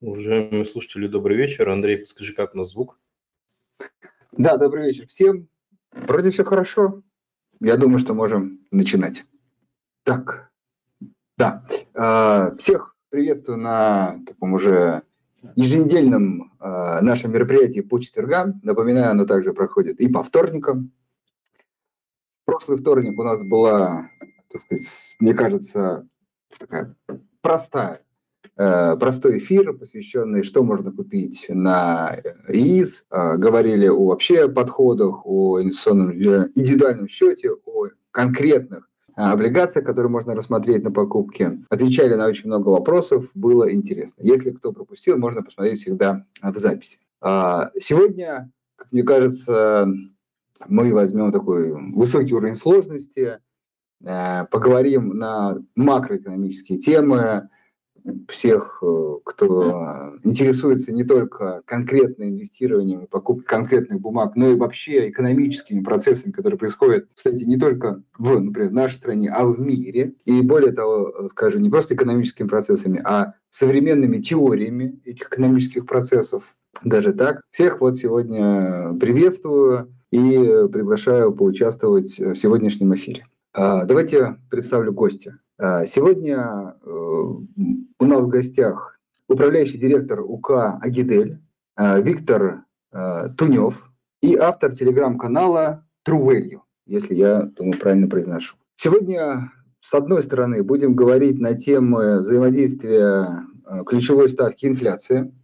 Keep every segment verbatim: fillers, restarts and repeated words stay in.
Уважаемые слушатели, добрый вечер. Андрей, подскажи, как у нас звук? Да, добрый вечер всем. Вроде все хорошо. Я думаю, что можем начинать. Так, да. э, Всех приветствую на таком уже еженедельном э, нашем мероприятии по четвергам. Напоминаю, оно также проходит и по вторникам. Прошлый вторник у нас была, так сказать, с- мне кажется, такая простая э, простой эфир, посвященный, что можно купить на ИИС. Э, Говорили о вообще подходах, о инвестиционном э, индивидуальном счете, о конкретных э, облигациях, которые можно рассмотреть на покупке. Отвечали на очень много вопросов, было интересно. Если кто пропустил, можно посмотреть всегда в записи. А, Сегодня, как мне кажется, мы возьмем такой высокий уровень сложности, э, поговорим на макроэкономические темы, всех, э, кто интересуется не только конкретно инвестированием и покупкой конкретных бумаг, но и вообще экономическими процессами, которые происходят, кстати, не только в, например, в нашей стране, а в мире. И более того, скажу, не просто экономическими процессами, а современными теориями этих экономических процессов. Даже так. Всех вот сегодня приветствую и приглашаю поучаствовать в сегодняшнем эфире. А, Давайте представлю гостя. А, Сегодня э, у нас в гостях управляющий директор УК «Агидель» э, Виктор э, Тунев и автор телеграм-канала True Value, если я, думаю, правильно произношу. Сегодня, с одной стороны, будем говорить на темы взаимодействия э, ключевой ставки инфляции.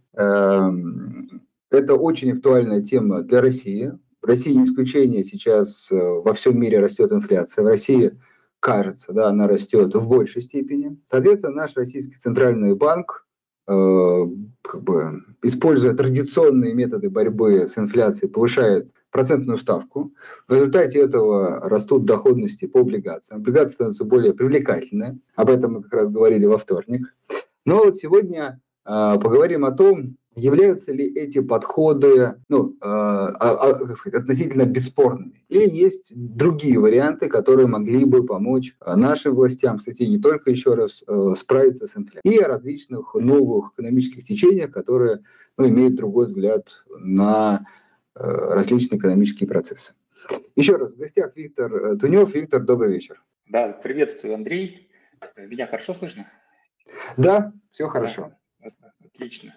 Эм, Это очень актуальная тема для России. В России не исключение, сейчас э, во всем мире растет инфляция. В России, кажется, да, она растет в большей степени. Соответственно, наш российский центральный банк, э, как бы, используя традиционные методы борьбы с инфляцией, повышает процентную ставку. В результате этого растут доходности по облигациям. Облигации становятся более привлекательны. Об этом мы как раз говорили во вторник. Но вот сегодня э, поговорим о том, являются ли эти подходы ну, э, а, а, как сказать, относительно бесспорными. Или есть другие варианты, которые могли бы помочь э, нашим властям, кстати, не только еще раз э, справиться с инфляцией, и о различных новых экономических течениях, которые ну, имеют другой взгляд на э, различные экономические процессы. Еще раз, в гостях Виктор э, Тунев. Виктор, добрый вечер. Да, приветствую, Андрей. Меня хорошо слышно? Да, все хорошо. Да, отлично.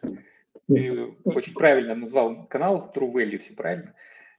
Ты очень правильно назвал канал True Value, все правильно.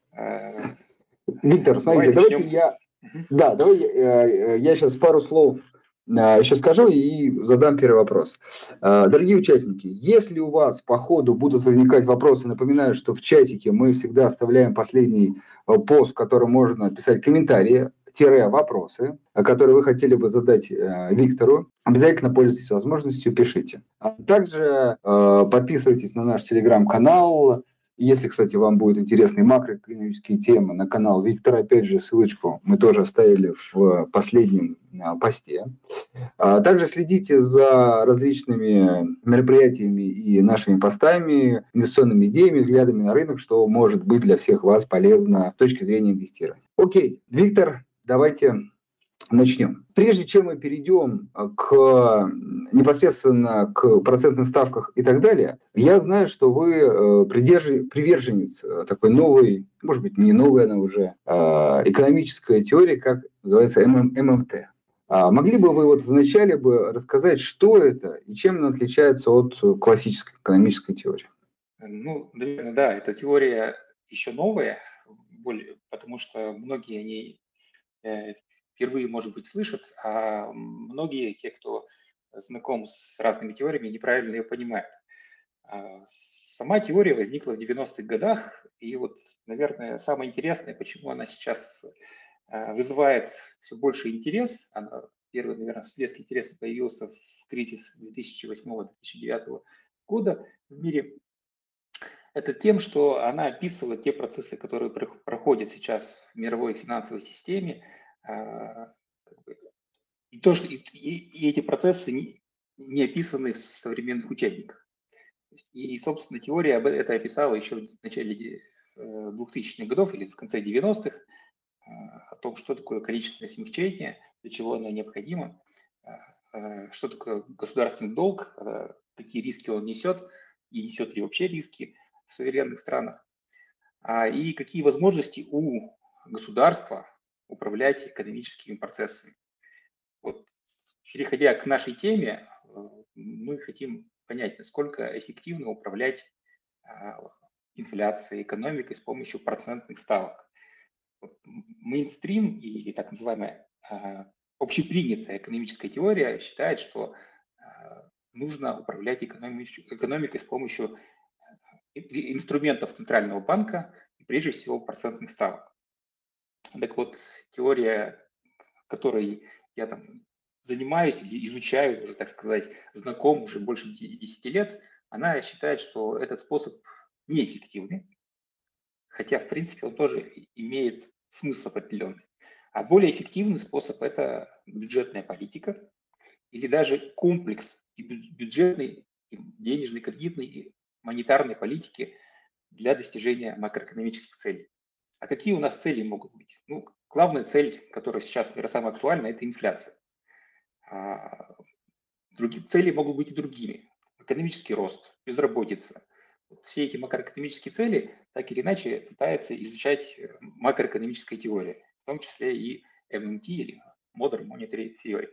Виктор, смотрите, Давай давайте начнем. я, да, давай я, я сейчас пару слов еще скажу и задам первый вопрос. Дорогие участники, если у вас по ходу будут возникать вопросы, напоминаю, что в чатике мы всегда оставляем последний пост, в котором можно писать комментарии, вопросы, которые вы хотели бы задать Виктору. Обязательно пользуйтесь возможностью, пишите. Также подписывайтесь на наш телеграм-канал. Если, кстати, вам будут интересны макроэкономические темы, на канал Виктора, опять же, ссылочку мы тоже оставили в последнем посте. Также следите за различными мероприятиями и нашими постами, инвестиционными идеями, взглядами на рынок, что может быть для всех вас полезно с точки зрения инвестирования. Окей, Виктор, давайте начнем. Прежде чем мы перейдем к непосредственно к процентным ставкам и так далее, я знаю, что вы придерж... приверженец такой новой, может быть, не новой она уже, экономической теории, как называется эм эм тэ. Могли бы вы вот вначале бы рассказать, что это и чем она отличается от классической экономической теории? Ну, наверное, да, эта теория еще новая, потому что многие о ней впервые, может быть, слышат, а многие, те, кто знаком с разными теориями, неправильно ее понимают. Сама теория возникла в девяностых годах, и вот, наверное, самое интересное, почему она сейчас вызывает все больше интерес. Она, первый, наверное, всплеск интереса появился в кризис две тысячи восьмого - две тысячи девятого года в мире. Это тем, что она описывает те процессы, которые проходят сейчас в мировой финансовой системе, и, то, что, и, и эти процессы не, не описаны в современных учебниках. И, собственно, теория это описала еще в начале двухтысячных годов или в конце девяностых, о том, что такое количественное смягчение, для чего оно необходимо, что такое государственный долг, какие риски он несет, и несет ли вообще риски в суверенных странах, а, и какие возможности у государства управлять экономическими процессами. Вот, переходя к нашей теме, э, мы хотим понять, насколько эффективно управлять а, инфляцией, экономикой с помощью процентных ставок. Вот мейнстрим и так называемая а, общепринятая экономическая теория считает, что а, нужно управлять экономич- экономикой с помощью и- и инструментов Центрального банка и прежде всего процентных ставок. Так вот, теория, которой я там занимаюсь или изучаю, уже, так сказать, знаком уже больше десяти лет, она считает, что этот способ неэффективный, хотя, в принципе, он тоже и- имеет смысл определенный. А более эффективный способ – это бюджетная политика или даже комплекс и бю- бюджетной, и денежной, кредитной и монетарной политики для достижения макроэкономических целей. А какие у нас цели могут быть? Ну, главная цель, которая сейчас, наверное, самая актуальная, это инфляция. А другие цели могут быть и другими. Экономический рост, безработица. Вот все эти макроэкономические цели так или иначе пытается изучать э, макроэкономическая теория, в том числе и эм эм ти или Modern Monetary Theory.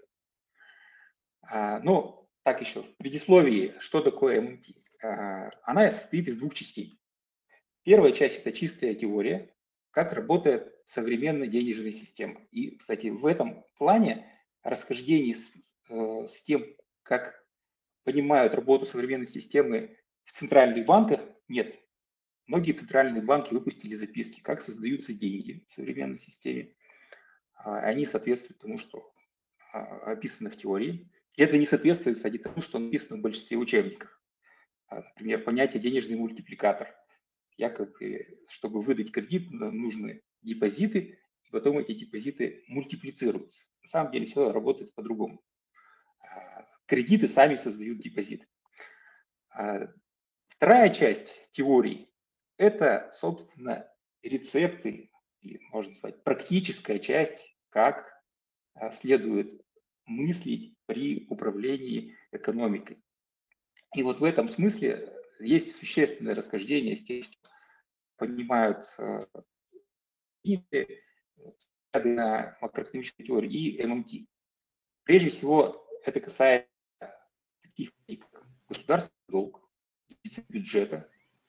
А, но так еще в предисловии, что такое эм эм ти? А, она состоит из двух частей. Первая часть – это чистая теория, как работает современная денежная система. И, кстати, в этом плане расхождений с, э, с тем, как понимают работу современной системы в центральных банках, нет. Многие центральные банки выпустили записки, как создаются деньги в современной системе. А, Они соответствуют тому, что а, описано в теории. И это не соответствует, кстати, тому, что написано в большинстве учебников. А, Например, понятие денежный мультипликатор. Якобы, чтобы выдать кредит, нужны депозиты, и потом эти депозиты мультиплицируются. На самом деле все работает по-другому. А, Кредиты сами создают депозиты. А Вторая часть теории – это, собственно, рецепты, или, можно сказать, практическая часть, как а, следует мыслить при управлении экономикой. И вот в этом смысле есть существенное расхождение с тем, что понимают э, и э, на макроэкономической теории и эм эм ти. Прежде всего, это касается таких как государственный долг, дефицит бюджета.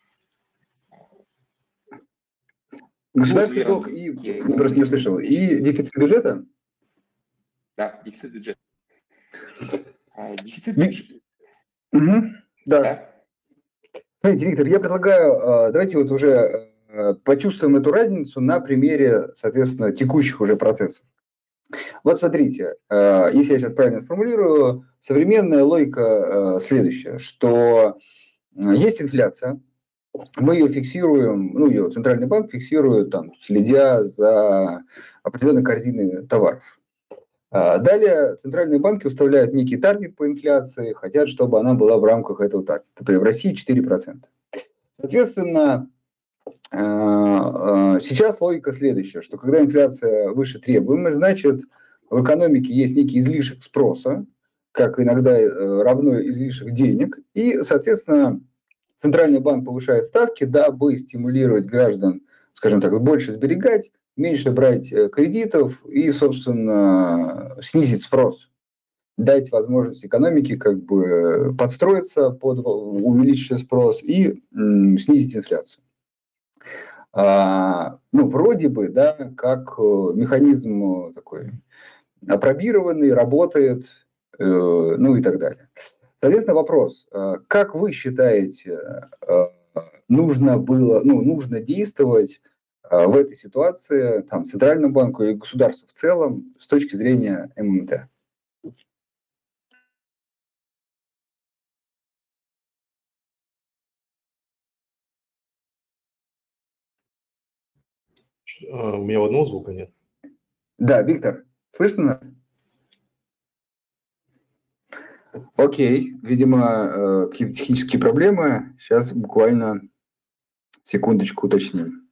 Ну, Государственный долг наверное, и, такие я просто не основные услышал, вещи. и дефицит бюджета? Да, дефицит бюджета. А, Дефицит Ви- бюджета, Мгм. Да. да. Смотрите, Виктор, я предлагаю, э, давайте вот уже э, почувствуем эту разницу на примере, соответственно, текущих уже процессов. Вот смотрите, э, если я сейчас правильно сформулирую, современная логика э, следующая, что э, есть инфляция, мы ее фиксируем, ну, ее центральный банк фиксирует, там, следя за определенной корзиной товаров. А Далее центральные банки уставляют некий таргет по инфляции, хотят, чтобы она была в рамках этого таргета. Например, в России четыре процента. Соответственно, э, э, сейчас логика следующая, что когда инфляция выше требуемой, значит, в экономике есть некий излишек спроса, как иногда э, равно излишек денег, и, соответственно, Центральный банк повышает ставки, дабы стимулировать граждан, скажем так, больше сберегать, меньше брать э, кредитов и, собственно, снизить спрос, дать возможность экономике как бы подстроиться под увеличивший спрос и м, снизить инфляцию. А, ну, вроде бы, да, как э, механизм э, такой апробированный, работает, э, ну и так далее. Соответственно, вопрос, э, как вы считаете, э, нужно было, ну, нужно действовать э, в этой ситуации там, Центральному банку или государству в целом с точки зрения эм эм тэ? А, У меня в одного звука нет. Да, Виктор, слышно нас? Окей, видимо, э, какие-то технические проблемы. Сейчас буквально секундочку уточним.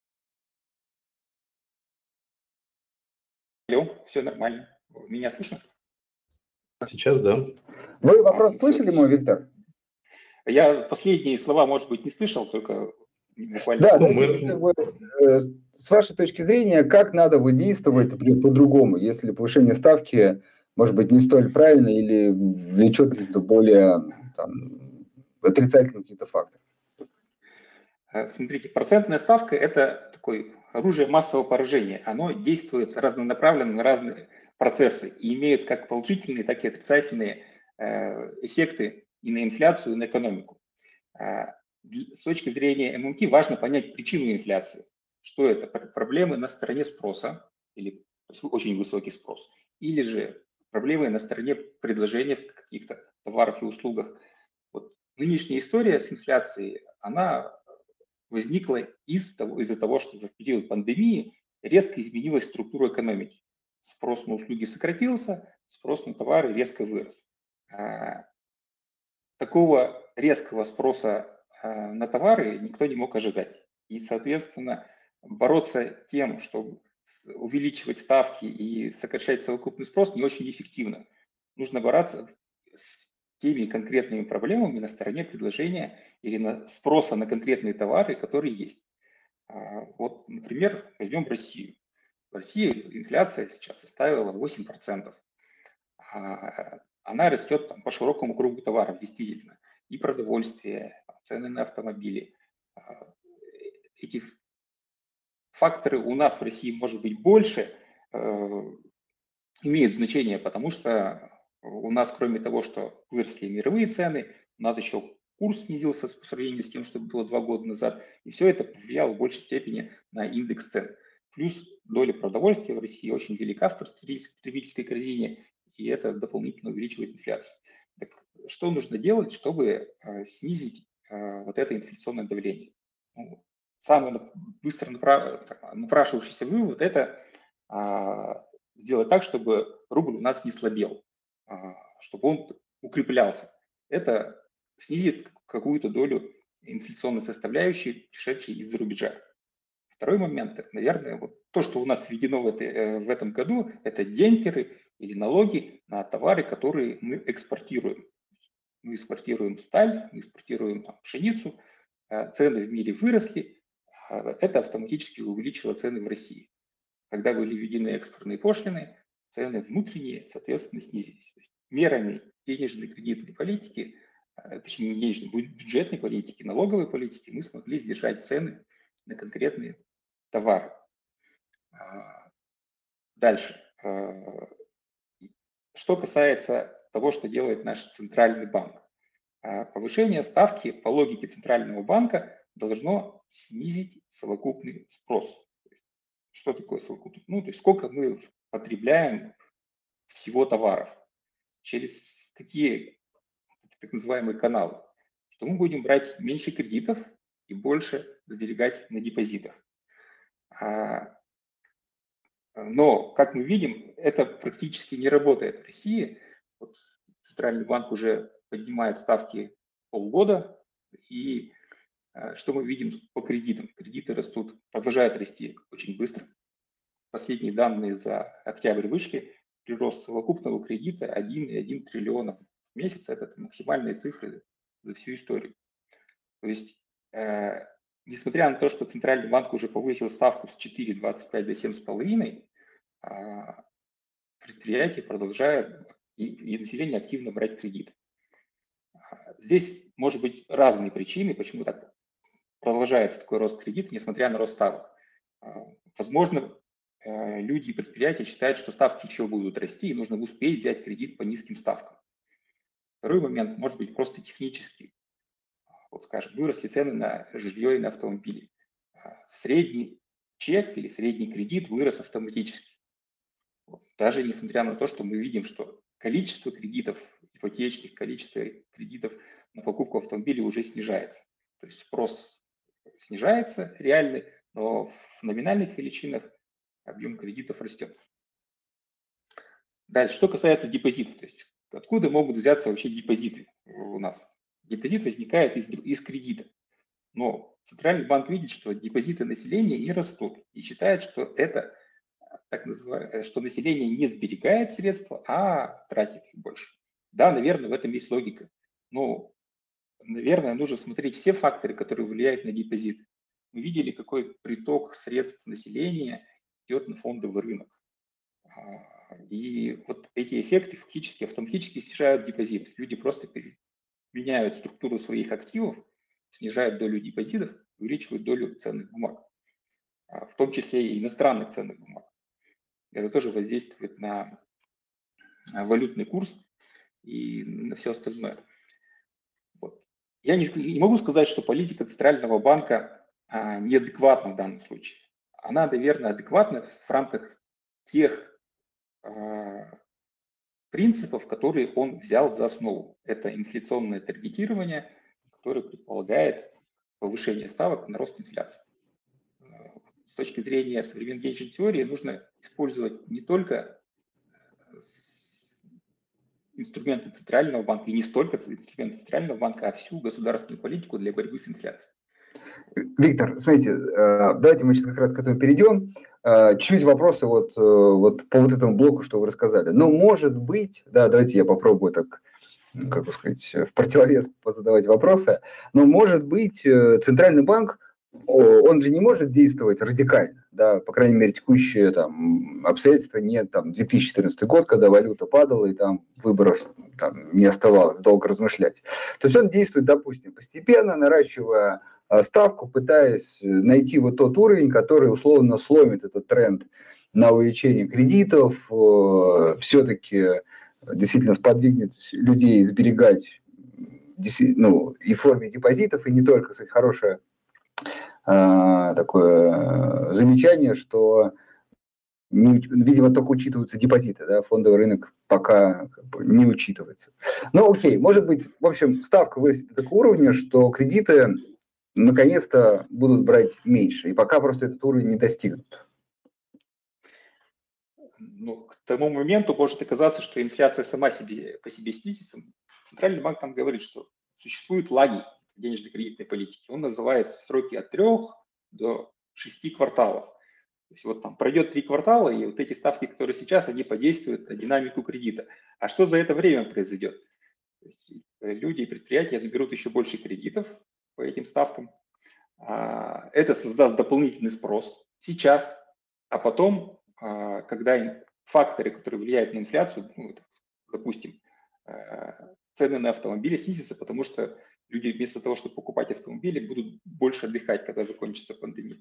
Алло, все нормально. Меня слышно? Сейчас, да. Вы вопрос слышали мой, Виктор? Я последние слова, может быть, не слышал, только буквально... Да, Ну, дайте, мы- как бы, э, с вашей точки зрения, как надо бы действовать например, по-другому, если повышение ставки, может быть, не столь правильно или влечет какие-то более там, отрицательные какие-то факторы? Э, Смотрите, процентная ставка – это такое оружие массового поражения. Оно действует разнонаправленно на разные процессы и имеет как положительные, так и отрицательные э, эффекты и на инфляцию, и на экономику. А, дл- С точки зрения эм эм ти важно понять причину инфляции. Что это? Пр- Проблемы на стороне спроса, или то есть очень высокий спрос, или же проблемы на стороне предложения в каких-то товарах и услугах. Вот нынешняя история с инфляцией, она возникла из того, из-за того, что в период пандемии резко изменилась структура экономики. Спрос на услуги сократился, спрос на товары резко вырос. А, Такого резкого спроса а, на товары никто не мог ожидать. И, соответственно, бороться тем, чтобы увеличивать ставки и сокращать совокупный спрос, не очень эффективно. Нужно бороться с теми конкретными проблемами на стороне предложения или на спроса на конкретные товары, которые есть. А, Вот, например, возьмем Россию. В России инфляция сейчас составила восемь процентов. А, Она растет там, по широкому кругу товаров, действительно. И продовольствие, цены на автомобили. А, Эти факторы у нас в России, может быть, больше э, имеют значение, потому что у нас, кроме того, что выросли мировые цены, у нас еще курс снизился по сравнению с тем, что было два года назад, и все это повлияло в большей степени на индекс цен. Плюс доля продовольствия в России очень велика в потребительской корзине, и это дополнительно увеличивает инфляцию. Так что нужно делать, чтобы э, снизить э, вот это инфляционное давление? Ну, самый быстро напрашивающийся вывод – это а, сделать так, чтобы рубль у нас не слабел, а, чтобы он укреплялся. Это снизит какую-то долю инфляционной составляющей, пришедшей из-за рубежа. Второй момент, это, наверное, вот то, что у нас введено в, этой, э, в этом году, это демпферы или налоги на товары, которые мы экспортируем. Мы экспортируем сталь, мы экспортируем там, пшеницу, э, цены в мире выросли, а это автоматически увеличило цены в России. Когда были введены экспортные пошлины, цены внутренние, соответственно, снизились. То есть мерами денежной кредитной политики, э, точнее, не денежной, бюджетной политики, налоговой политики мы смогли сдержать цены на конкретные товары. А, Дальше. Э, Что касается того, что делает наш центральный банк. А, Повышение ставки по логике центрального банка должно снизить совокупный спрос. Что такое совокупный? Ну, то есть сколько мы потребляем всего товаров, через какие так называемые каналы, что мы будем брать меньше кредитов и больше сберегать на депозитах. А, Но, как мы видим, это практически не работает в России. Вот Центральный банк уже поднимает ставки полгода, и а, что мы видим по кредитам? Кредиты растут, продолжают расти очень быстро. Последние данные за октябрь вышли, прирост совокупного кредита один и один триллиона в месяц. Это максимальные цифры за всю историю. То есть, э, несмотря на то, что Центральный банк уже повысил ставку с четыре целых двадцать пять до семь целых пять десятых, э, предприятия продолжают и, и население активно брать кредит. Здесь может быть разные причины, почему так продолжается такой рост кредита, несмотря на рост ставок. А, Возможно, э, люди и предприятия считают, что ставки еще будут расти, и нужно успеть взять кредит по низким ставкам. Второй момент может быть просто технический. Вот, скажем, выросли цены на жилье и на автомобили. А, Средний чек или средний кредит вырос автоматически. Вот. Даже несмотря на то, что мы видим, что количество кредитов ипотечных, количество кредитов на покупку автомобиля уже снижается. То есть спрос снижается реальный, но в номинальных величинах объем кредитов растет. Дальше, что касается депозитов, то есть откуда могут взяться вообще депозиты у нас? Депозит возникает из, из кредита, но Центральный банк видит, что депозиты населения не растут и считает, что это так называемое, что население не сберегает средства, а тратит их больше. Да, наверное, в этом есть логика. Но, наверное, нужно смотреть все факторы, которые влияют на депозит. Мы видели, какой приток средств населения идет на фондовый рынок. И вот эти эффекты фактически, автоматически снижают депозит. Люди просто меняют структуру своих активов, снижают долю депозитов, увеличивают долю ценных бумаг, в том числе и иностранных ценных бумаг. Это тоже воздействует на валютный курс и на все остальное. Вот. Я не, не могу сказать, что политика Центрального банка а, неадекватна в данном случае. Она, наверное, адекватна в рамках тех а, принципов, которые он взял за основу. Это инфляционное таргетирование, которое предполагает повышение ставок на рост инфляции. С точки зрения современной денежной теории нужно использовать не только инструменты Центрального банка, и не столько инструменты Центрального банка, а всю государственную политику для борьбы с инфляцией. Виктор, смотрите, давайте мы сейчас как раз к этому перейдем. Чуть-чуть вопросы вот, вот по вот этому блоку, что вы рассказали. Но может быть, да, давайте я попробую так, как бы сказать, в противовес позадавать вопросы. Но может быть, Центральный банк, он же не может действовать радикально, да, по крайней мере, текущие там обстоятельства нет, там, две тысячи четырнадцатый год, когда валюта падала, и там выборов там, не оставалось, долго размышлять. То есть он действует, допустим, постепенно, наращивая ставку, пытаясь найти вот тот уровень, который условно сломит этот тренд на увеличение кредитов, все-таки действительно сподвигнет людей сберегать, ну, и в форме депозитов, и не только, кстати, хорошее такое замечание, что, видимо, только учитываются депозиты, да, фондовый рынок пока как бы не учитывается. Ну, окей, может быть, в общем, ставка вырастет до такого уровня, что кредиты наконец-то будут брать меньше, и пока просто этот уровень не достигнут. Ну, к тому моменту может оказаться, что инфляция сама себе, по себе снизится. Центральный банк там говорит, что существуют лаги денежно-кредитной политики. Он называет сроки от трех до шести кварталов. То есть вот там пройдет три квартала, и вот эти ставки, которые сейчас, они подействуют на динамику кредита. А что за это время произойдет? То есть люди и предприятия наберут еще больше кредитов по этим ставкам. Это создаст дополнительный спрос сейчас, а потом, когда факторы, которые влияют на инфляцию, ну, допустим, цены на автомобили снизятся, потому что люди вместо того, чтобы покупать автомобили, будут больше отдыхать, когда закончится пандемия.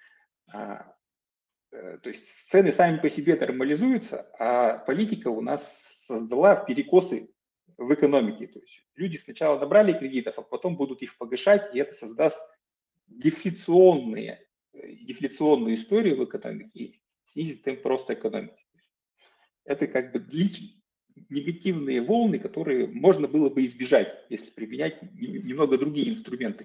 То есть цены сами по себе нормализуются, а политика у нас создала перекосы в экономике. То есть люди сначала набрали кредитов, а потом будут их погашать, и это создаст дефляционные, дефляционную историю в экономике и снизит темп роста экономики. Это как бы длительные негативные волны, которые можно было бы избежать, если применять немного другие инструменты.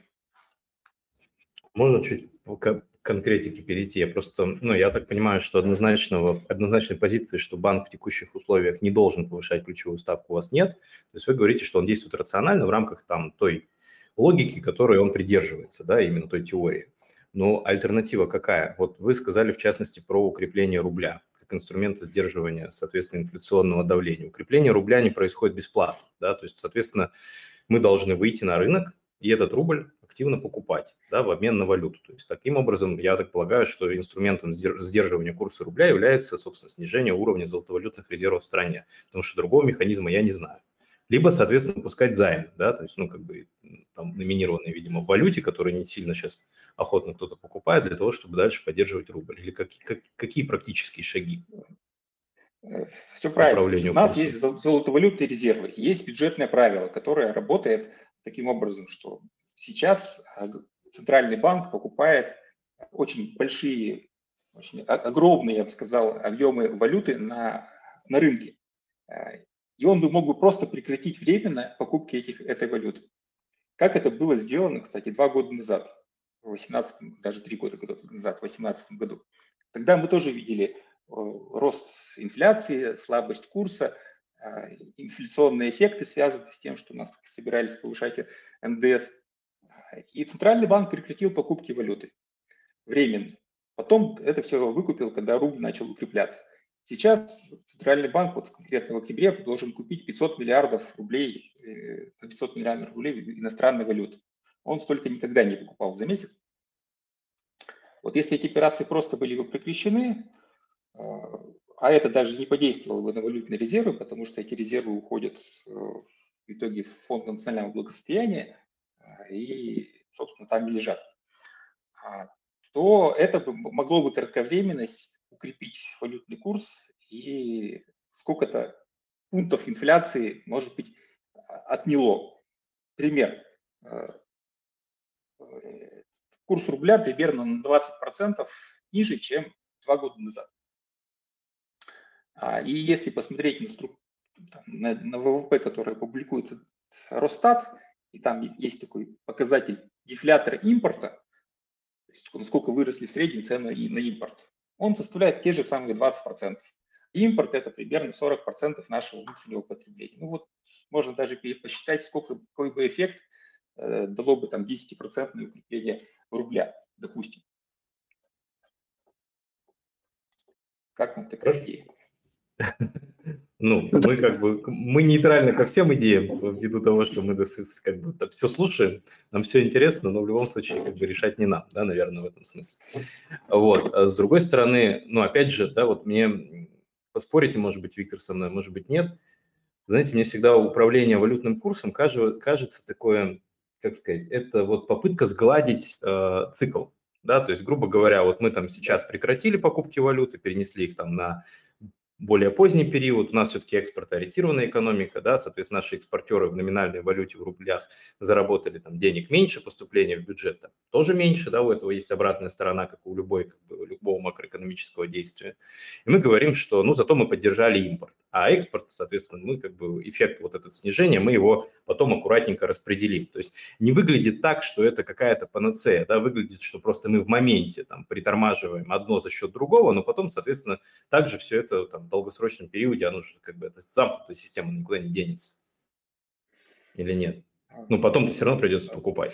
Можно чуть к конкретике перейти? Я просто, ну, я так понимаю, что однозначного, однозначной позиции, что банк в текущих условиях не должен повышать ключевую ставку, у вас нет. То есть вы говорите, что он действует рационально в рамках там той логики, которой он придерживается, да, именно той теории. Но альтернатива какая? Вот вы сказали, в частности, про укрепление рубля как инструмента сдерживания, соответственно, инфляционного давления. Укрепление рубля не происходит бесплатно, да, то есть, соответственно, мы должны выйти на рынок и этот рубль активно покупать, да, в обмен на валюту. То есть таким образом, я так полагаю, что инструментом сдерживания курса рубля является, собственно, снижение уровня золотовалютных резервов в стране, потому что другого механизма я не знаю. Либо, соответственно, пускать займы, да, то есть, ну, как бы там номинированные, видимо, в валюте, которые не сильно сейчас охотно кто-то покупает для того, чтобы дальше поддерживать рубль. Или как, как, какие практические шаги? Все правильно. У нас курса? Есть золотовалютные резервы, есть бюджетное правило, которое работает таким образом, что сейчас Центральный банк покупает очень большие, очень огромные, я бы сказал, объемы валюты на, на рынке. И он бы мог бы просто прекратить временно покупки этих, этой валюты. Как это было сделано, кстати, два года назад, в восемнадцатом, даже три года назад, в две тысячи восемнадцатом году. Тогда мы тоже видели рост инфляции, слабость курса, инфляционные эффекты, связанные с тем, что у нас собирались повышать эн дэ эс. И Центральный банк прекратил покупки валюты временно. Потом это все выкупил, когда рубль начал укрепляться. Сейчас Центральный банк, вот конкретно в октябре, должен купить пятьсот миллиардов рублей, пятьсот миллиардов рублей иностранной валюты. Он столько никогда не покупал за месяц. Вот если эти операции просто были бы прекращены, а это даже не подействовало бы на валютные резервы, потому что эти резервы уходят в итоге в фонд национального благосостояния и, собственно, там лежат, то это могло бы кратковременно укрепить валютный курс и сколько-то пунктов инфляции, может быть, отняло. Пример. Курс рубля примерно на двадцать процентов ниже, чем два года назад. И если посмотреть на, струк... на, на ВВП, который публикуется Росстат, и там есть такой показатель дефлятора импорта, то есть насколько выросли в среднем цены на импорт, он составляет те же самые двадцать процентов. Импорт – это примерно сорок процентов нашего внутреннего потребления. Ну вот можно даже посчитать, сколько, какой бы эффект э, дало бы там десятипроцентное укрепление рубля, допустим. Как на такая идея? Ну, мы как бы, мы нейтральны ко всем идеям, ввиду того, что мы как бы все слушаем, нам все интересно, но в любом случае как бы решать не нам, да, наверное, в этом смысле. Вот. А с другой стороны, ну, опять же, да, вот мне поспорите, может быть, Виктор со мной, может быть, нет. Знаете, мне всегда управление валютным курсом кажется такое, как сказать, это вот попытка сгладить э, цикл, да, то есть, грубо говоря, вот мы там сейчас прекратили покупки валюты, перенесли их там на более поздний период, у нас все-таки экспортоориентированная экономика, да, соответственно, наши экспортеры в номинальной валюте в рублях заработали там денег меньше, поступления в бюджет там тоже меньше, да, у этого есть обратная сторона, как у любой, как бы, любого макроэкономического действия. И мы говорим, что, ну, зато мы поддержали импорт, а экспорт, соответственно, мы как бы эффект вот этот снижения, мы его потом аккуратненько распределим. То есть не выглядит так, что это какая-то панацея, да, выглядит, что просто мы в моменте там притормаживаем одно за счет другого, но потом, соответственно, также все это там в долгосрочном периоде, оно же как бы, это замкнутая система, никуда не денется. Или нет? Ну, потом-то все равно придется покупать.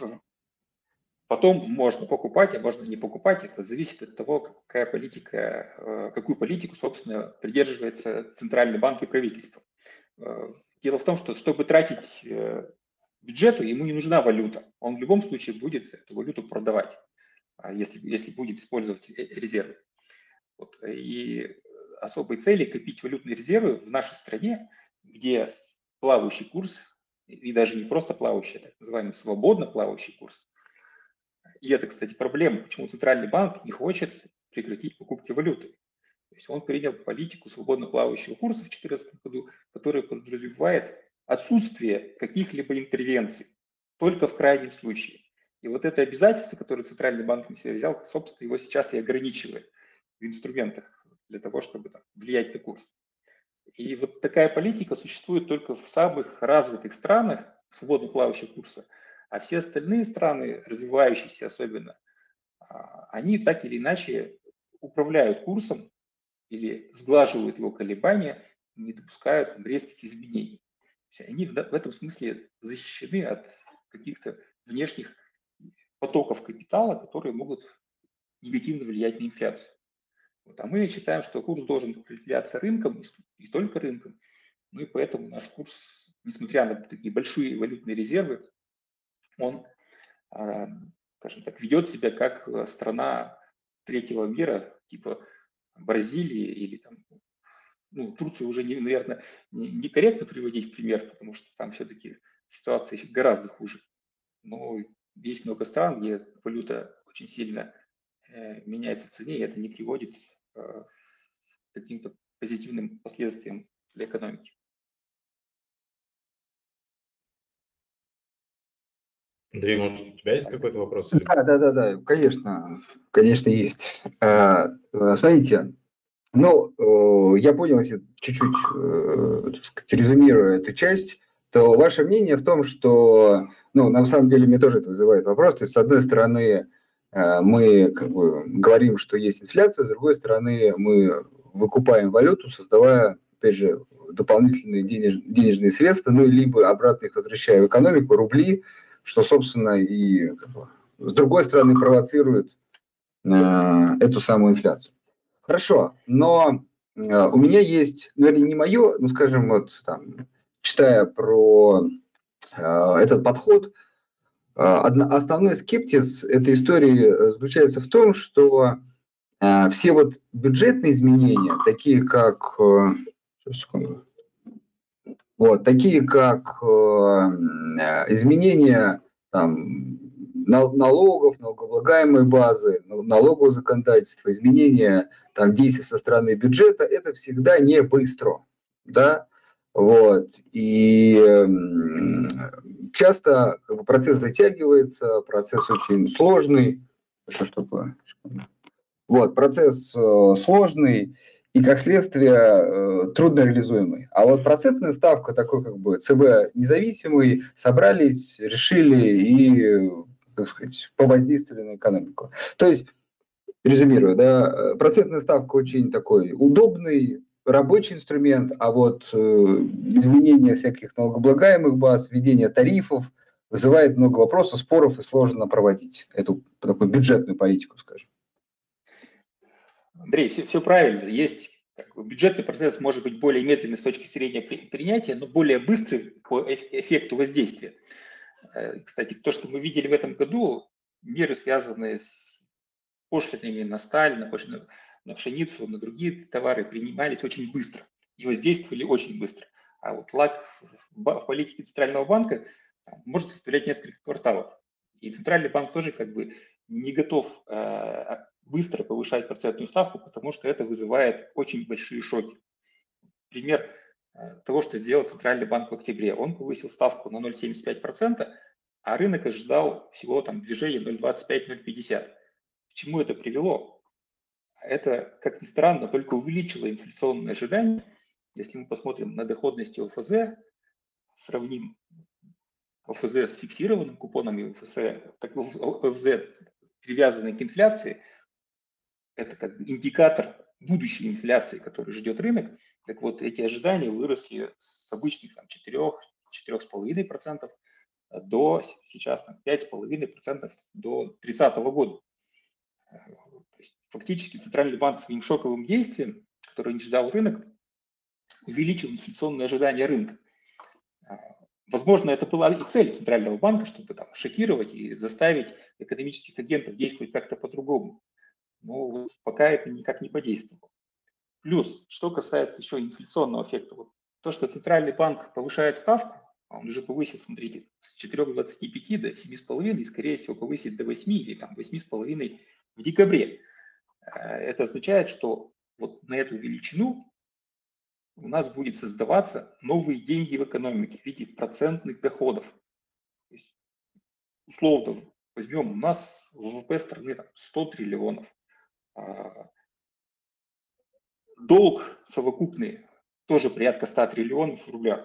Потом можно покупать, а можно не покупать. Это зависит от того, какая политика, какую политику, собственно, придерживается Центральный банк и правительство. Дело в том, что чтобы тратить бюджету, ему не нужна валюта. Он в любом случае будет эту валюту продавать, если, если будет использовать резервы. Вот. И особой цели копить валютные резервы в нашей стране, где плавающий курс, и даже не просто плавающий, а так называемый свободно плавающий курс. И это, кстати, проблема, почему Центральный банк не хочет прекратить покупки валюты. То есть он принял политику свободно плавающего курса в две тысячи четырнадцатом году, которая подразумевает отсутствие каких-либо интервенций, только в крайнем случае. И вот это обязательство, которое Центральный банк на себя взял, собственно, его сейчас и ограничивает в инструментах для того, чтобы там, влиять на курс. И вот такая политика существует только в самых развитых странах свободно плавающего курса, а все остальные страны, развивающиеся особенно, они так или иначе управляют курсом или сглаживают его колебания, не допускают резких изменений. Они в этом смысле защищены от каких-то внешних потоков капитала, которые могут негативно влиять на инфляцию. Вот. А мы считаем, что курс должен определяться рынком и только рынком. Ну и поэтому наш курс, несмотря на такие большие валютные резервы, он, скажем так, ведет себя как страна третьего мира, типа Бразилии или там, ну, Турцию уже, наверное, некорректно приводить в пример, потому что там все-таки ситуация еще гораздо хуже. Но есть много стран, где валюта очень сильно э, меняется в цене, и это не приводит э, к каким-то позитивным последствиям для экономики. Андрей, может, у тебя есть какой-то вопрос? Да, да, да, да, конечно, конечно, есть. Смотрите, ну, я понял, если чуть-чуть, так сказать, резюмируя эту часть, то ваше мнение в том, что, ну, на самом деле, мне тоже это вызывает вопрос. То есть, с одной стороны, мы как бы говорим, что есть инфляция, с другой стороны, мы выкупаем валюту, создавая, опять же, дополнительные денеж, денежные средства, ну, либо обратно их возвращая в экономику, рубли, что, собственно, и как бы, с другой стороны провоцирует эту самую инфляцию. Хорошо, но у меня есть, наверное, не мое, ну, скажем, вот там, читая про этот подход, основной скептиз этой истории заключается в том, что все вот бюджетные изменения, такие как, секунду, вот, такие как изменения там, налогов, налогооблагаемой базы, налогового законодательства, изменения там, действий со стороны бюджета, это всегда не быстро, да, вот, и часто как бы, процесс затягивается, процесс очень сложный, что ж такое, вот, процесс э, сложный и, как следствие, э, трудно реализуемый. А вот процентная ставка такой как бы ЦБ независимый, собрались, решили и, так сказать, повоздействовали на экономику. То есть, резюмирую, да, процентная ставка очень такой удобный, рабочий инструмент, а вот э, изменение всяких налогооблагаемых баз, введение тарифов вызывает много вопросов, споров и сложно проводить эту такую бюджетную политику, скажем. Андрей, все, все правильно. Есть как бы, бюджетный процесс может быть более медленный с точки зрения принятия, но более быстрый по эффекту воздействия. Кстати, то, что мы видели в этом году, меры, связанные с пошлинами на сталь, на, пошлины, на пшеницу, на другие товары, принимались очень быстро и воздействовали очень быстро. А вот лаг в политике Центрального банка может составлять несколько кварталов. И Центральный банк тоже как бы не готов э, быстро повышать процентную ставку, потому что это вызывает очень большие шоки. Пример э, того, что сделал Центральный банк в октябре. Он повысил ставку на ноль целых семьдесят пять сотых процента, а рынок ожидал всего там движения ноль целых двадцать пять - ноль целых пятьдесят сотых. К чему это привело? Это, как ни странно, только увеличило инфляционные ожидания. Если мы посмотрим на доходность ОФЗ, сравним ОФЗ с фиксированным купоном и ОФЗ, так ОФЗ, привязанный к инфляции, это как индикатор будущей инфляции, который ждет рынок. Так вот, эти ожидания выросли с обычных там, четыре-четыре с половиной процента до сейчас там, пять с половиной процента до тридцатого года. То есть, фактически Центральный банк своим шоковым действием, который не ждал рынок, увеличил инфляционные ожидания рынка. Возможно, это была и цель Центрального банка, чтобы там, шокировать и заставить экономических агентов действовать как-то по-другому. Но вот пока это никак не подействовало. Плюс, что касается еще инфляционного эффекта, вот то, что Центральный банк повышает ставку, он уже повысил, смотрите, с четырёх целых двадцати пяти до семи с половиной, и, скорее всего, повысит до восьми или там восьми с половиной в декабре. Это означает, что вот на эту величину у нас будет создаваться новые деньги в экономике в виде процентных доходов. То есть, условно возьмем, у нас ВВП страны там, сто триллионов, а долг совокупный тоже порядка ста триллионов в рублях.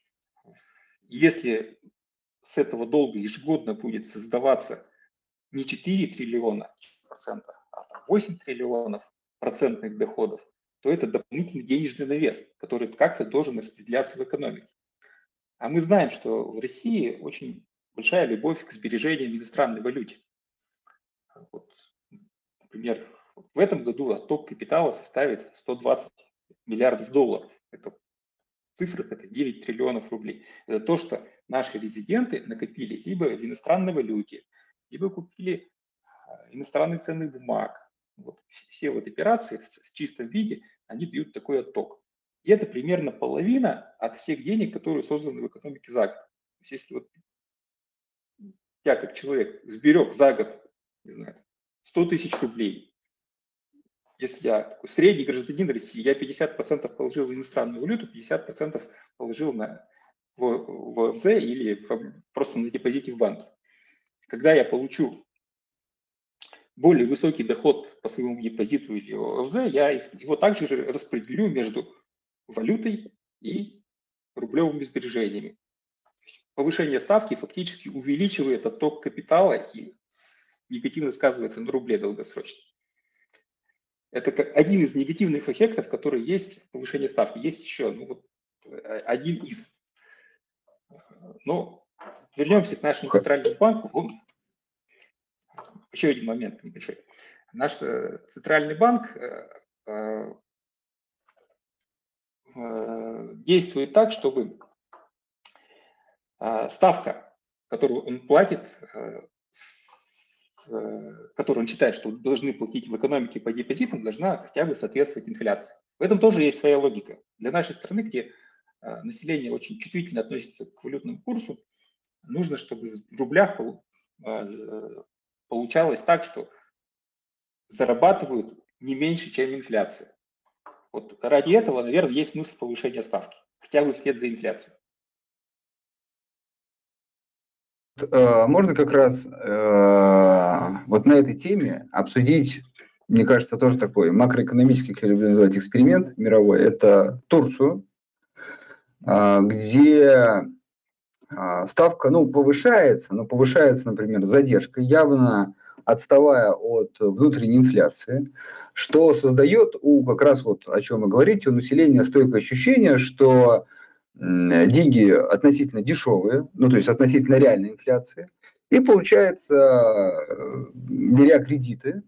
Если с этого долга ежегодно будет создаваться не четыре триллиона процента, а восемь триллионов процентных доходов, то это дополнительный денежный навес, который как-то должен распределяться в экономике. А мы знаем, что в России очень большая любовь к сбережениям в иностранной валюте. Вот, например, в этом году отток капитала составит сто двадцать миллиардов долларов. Это в цифрах это девять триллионов рублей. Это то, что наши резиденты накопили либо в иностранной валюте, либо купили иностранных ценных бумаг. Вот, все вот операции в чистом виде, они дают такой отток. И это примерно половина от всех денег, которые созданы в экономике за год. То есть если вот я как человек сберег за год, не знаю, сто тысяч рублей, если я такой средний гражданин России, я пятьдесят процентов положил в иностранную валюту, пятьдесят процентов положил на, в, в ОФЗ или просто на депозите в банке. Когда я получу более высокий доход по своему депозиту или ОФЗ, я его также распределю между валютой и рублевыми сбережениями. Повышение ставки фактически увеличивает отток капитала и негативно сказывается на рубле долгосрочно. Это как один из негативных эффектов, который есть повышение ставки. Есть еще ну, вот, один из. Но вернемся к нашему центральному банку. Он... Еще один момент небольшой. Наш центральный банк действует так, чтобы ставка, которую он платит, которую он считает, что должны платить в экономике по депозитам, должна хотя бы соответствовать инфляции. В этом тоже есть своя логика. Для нашей страны, где население очень чувствительно относится к валютному курсу, нужно, чтобы в рублях получалось так, что зарабатывают не меньше, чем инфляция. Вот ради этого, наверное, есть смысл повышения ставки, хотя бы вслед за инфляцией. Можно как раз э, вот на этой теме обсудить, мне кажется, тоже такой макроэкономический, как я люблю называть, эксперимент мировой, это Турцию, э, где э, ставка, ну, повышается, но повышается, например, с задержкой, явно отставая от внутренней инфляции, что создает у, как раз вот о чем вы говорите, у населения стойкое ощущение, что деньги относительно дешевые, ну, то есть относительно реальной инфляции, и получается, беря кредиты,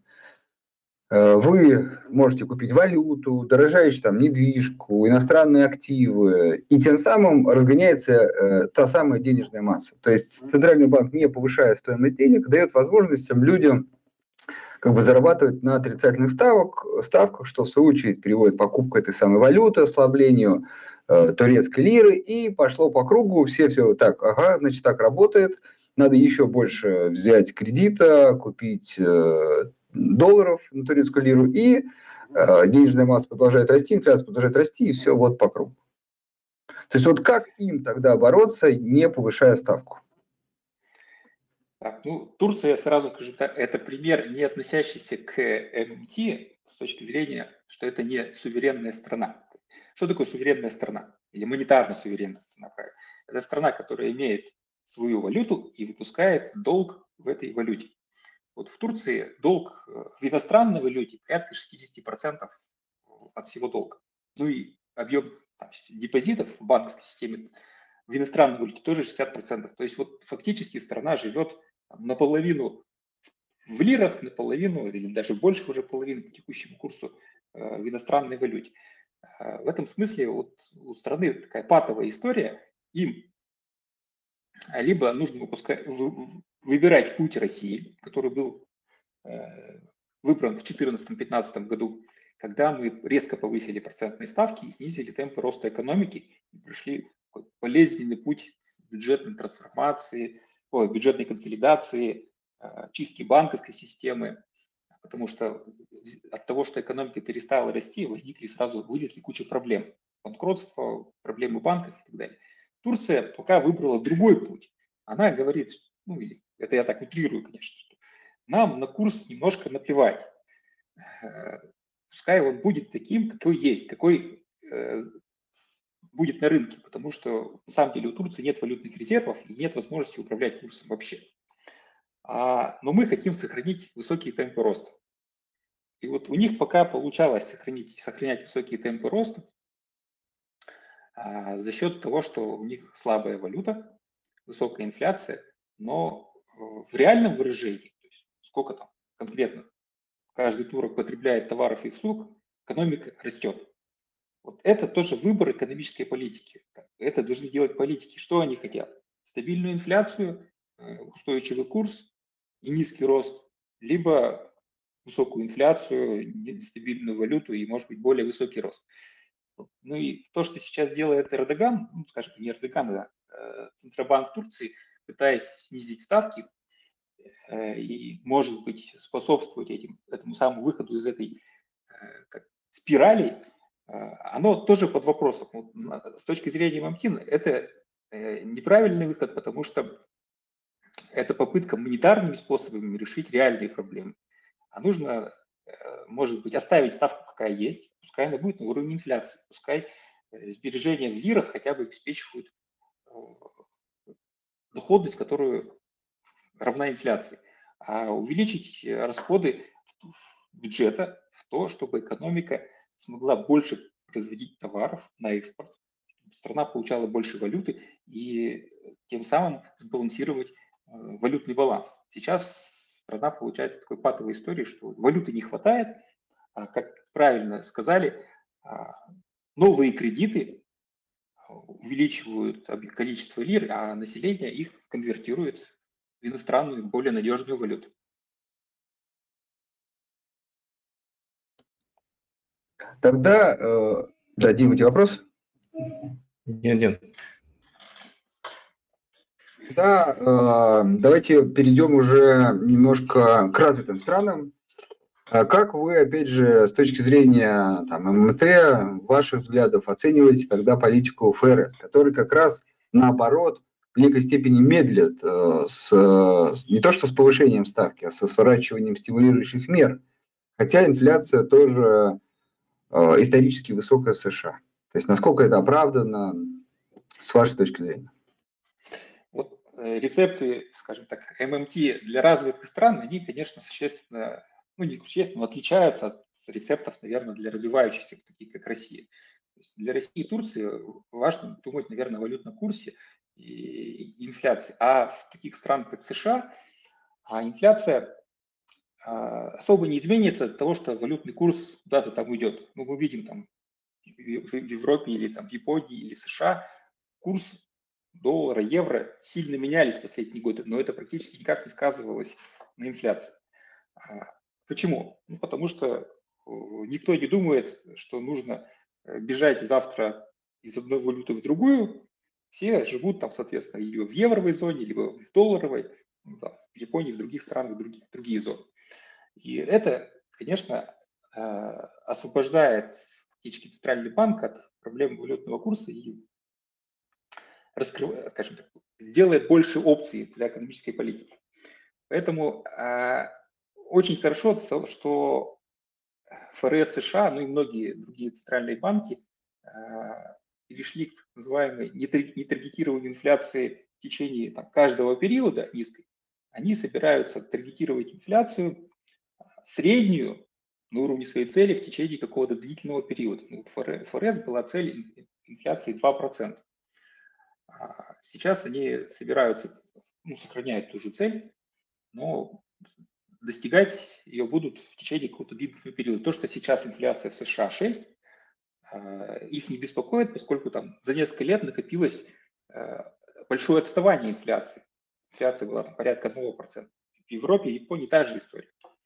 вы можете купить валюту, дорожающую там недвижку, иностранные активы, и тем самым разгоняется э, та самая денежная масса. То есть Центральный банк, не повышая стоимость денег, дает возможность людям как бы зарабатывать на отрицательных ставок, ставках, что в свою очередь приводит к покупке этой самой валюты, ослаблению э, турецкой лиры, и пошло по кругу, все все так, ага, значит так работает, надо еще больше взять кредита, купить э, долларов на турецкую лиру, и э, денежная масса продолжает расти, инфляция продолжает расти, и все вот по кругу. То есть вот как им тогда бороться, не повышая ставку? Так, ну, Турция, я сразу скажу, это пример, не относящийся к эм эм тэ с точки зрения, что это не суверенная страна. Что такое суверенная страна? Или монетарно суверенная страна, правильно? Это страна, которая имеет свою валюту и выпускает долг в этой валюте. Вот в Турции долг в иностранной валюте порядка шестьдесят процентов от всего долга. Ну и объем там, депозитов в банковской системе в иностранной валюте тоже шестьдесят процентов. То есть вот фактически страна живет наполовину в лирах, наполовину или даже больше уже половины по текущему курсу в иностранной валюте. В этом смысле вот у страны такая патовая история. Им либо нужно выпускать, выбирать путь России, который был выбран в две тысячи четырнадцатом — две тысячи пятнадцатом году, когда мы резко повысили процентные ставки и снизили темпы роста экономики и пришли в болезненный путь бюджетной трансформации, ой, бюджетной консолидации, чистки банковской системы, потому что от того, что экономика перестала расти, возникли сразу, вылезли куча проблем. Банкротство, проблемы банков и так далее. Турция пока выбрала другой путь. Она говорит, ну, это я так утрирую, конечно, нам на курс немножко наплевать. Пускай он будет таким, какой есть, какой э, будет на рынке, потому что на самом деле у Турции нет валютных резервов и нет возможности управлять курсом вообще. А, но мы хотим сохранить высокие темпы роста. И вот у них пока получалось сохранить, сохранять высокие темпы роста а, за счет того, что у них слабая валюта, высокая инфляция, но в реальном выражении, то есть сколько там конкретно каждый турок потребляет товаров и услуг, экономика растет. Вот это тоже выбор экономической политики. Это должны делать политики. Что они хотят? Стабильную инфляцию, устойчивый курс и низкий рост, либо высокую инфляцию, нестабильную валюту и, может быть, более высокий рост. Ну и то, что сейчас делает Эрдоган, ну, скажем, не Эрдоган, а Центробанк Турции, пытаясь снизить ставки, и, может быть, способствовать этим, этому самому выходу из этой как, спирали, оно тоже под вопросом. С точки зрения эм эм тэ это неправильный выход, потому что это попытка монетарными способами решить реальные проблемы. А нужно, может быть, оставить ставку, какая есть, пускай она будет на уровне инфляции, пускай сбережения в лирах хотя бы обеспечивают доходность, которую равна инфляции. А увеличить расходы бюджета в то, чтобы экономика смогла больше производить товаров на экспорт, чтобы страна получала больше валюты и тем самым сбалансировать валютный баланс. Сейчас страна получается такой патовой историей, что валюты не хватает, а, как правильно сказали, а, новые кредиты увеличивают количество лир, а население их конвертирует в иностранную, более надежную валюту. Тогда, э, да, Дима, у тебя вопрос? Нет, нет. Да, э, давайте перейдем уже немножко к развитым странам. Как вы, опять же, с точки зрения там, ММТ, ваших взглядов, оцениваете тогда политику ФРС, который как раз наоборот в некой степени медлит э, с, не то что с повышением ставки, а со сворачиванием стимулирующих мер, хотя инфляция тоже э, исторически высокая в США. То есть насколько это оправдано с вашей точки зрения? Вот э, рецепты, скажем так, ММТ для развитых стран, они, конечно, существенно, ну не существенно, но отличаются от рецептов, наверное, для развивающихся, таких как Россия. То есть для России и Турции важно думать, наверное, о валютном курсе и инфляции. А в таких странах, как США, а инфляция а, особо не изменится от того, что валютный курс куда-то там уйдет. Ну, мы видим там в Европе или там в Японии или в США курс доллара, евро сильно менялись в последние годы, но это практически никак не сказывалось на инфляции. Почему? Ну, потому что никто не думает, что нужно бежать завтра из одной валюты в другую. Все живут там, соответственно, либо в евровой зоне, либо в долларовой, ну, да, в Японии, в других странах, другие, другие зоны. И это, конечно, освобождает фактически Центральный банк от проблем валютного курса и раскрывает, скажем так, делает больше опций для экономической политики. Поэтому э, очень хорошо, что ФРС США, ну и многие другие центральные банки э, перешли к так называемой нетаргетированной инфляции в течение там, каждого периода низкой. Они собираются таргетировать инфляцию среднюю на уровне своей цели в течение какого-то длительного периода. Ну, ФРС была цель инфляции два процента. Сейчас они собираются, ну, сохраняют ту же цель, но достигать ее будут в течение какого-то длительного периода. То, что сейчас инфляция в США шесть, их не беспокоит, поскольку там за несколько лет накопилось большое отставание инфляции. Инфляция была там порядка одного процента. В Европе и Японии та же история.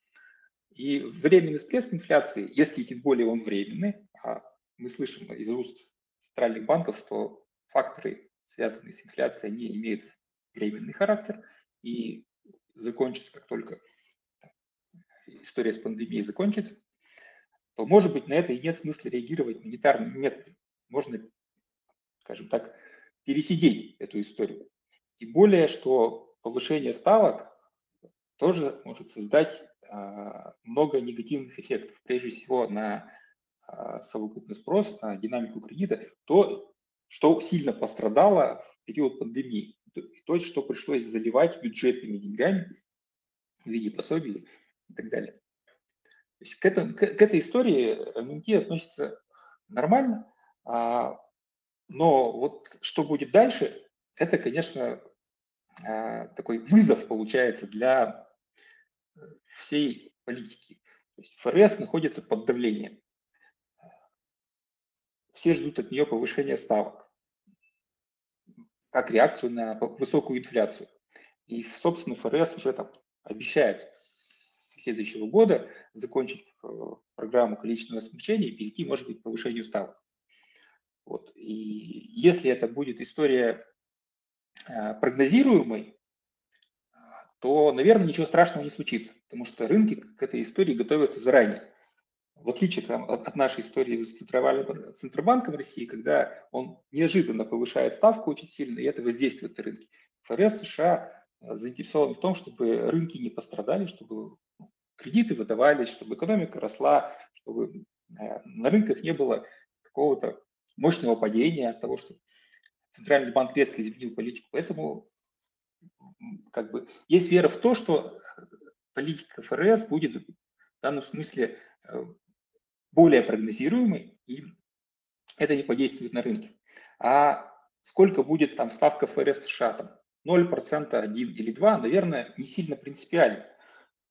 И временный всплеск инфляции, если тем более он временный, а мы слышим из уст центральных банков, что факторы, связанные с инфляцией, они имеют временный характер и закончится, как только история с пандемией закончится, то, может быть, на это и нет смысла реагировать монетарными методами. Можно, скажем так, пересидеть эту историю. Тем более, что повышение ставок тоже может создать а, много негативных эффектов, прежде всего на а, совокупный спрос, на динамику кредита, то, что сильно пострадало в период пандемии, то, что пришлось заливать бюджетными деньгами в виде пособий и так далее. То есть к, этому, к, к этой истории ММТ относится нормально, а, но вот что будет дальше, это, конечно, а, такой вызов получается для всей политики. То есть ФРС находится под давлением. Все ждут от нее повышения ставок как реакцию на высокую инфляцию. И, собственно, ФРС уже там обещает с следующего года закончить программу количественного смягчения и перейти, может быть, к повышению ставок. Вот. И если это будет история прогнозируемой, то, наверное, ничего страшного не случится, потому что рынки к этой истории готовятся заранее. В отличие там, от, от нашей истории с Центробанком России, когда он неожиданно повышает ставку очень сильно, и это воздействует на рынки. ФРС США заинтересован в том, чтобы рынки не пострадали, чтобы кредиты выдавались, чтобы экономика росла, чтобы на рынках не было какого-то мощного падения от того, что Центральный банк резко изменил политику. Поэтому как бы, есть вера в то, что политика ФРС будет в данном смысле более прогнозируемой, и это не подействует на рынки. А сколько будет там ставка ФРС США? Там ноль процентов, один или два, наверное, не сильно принципиально.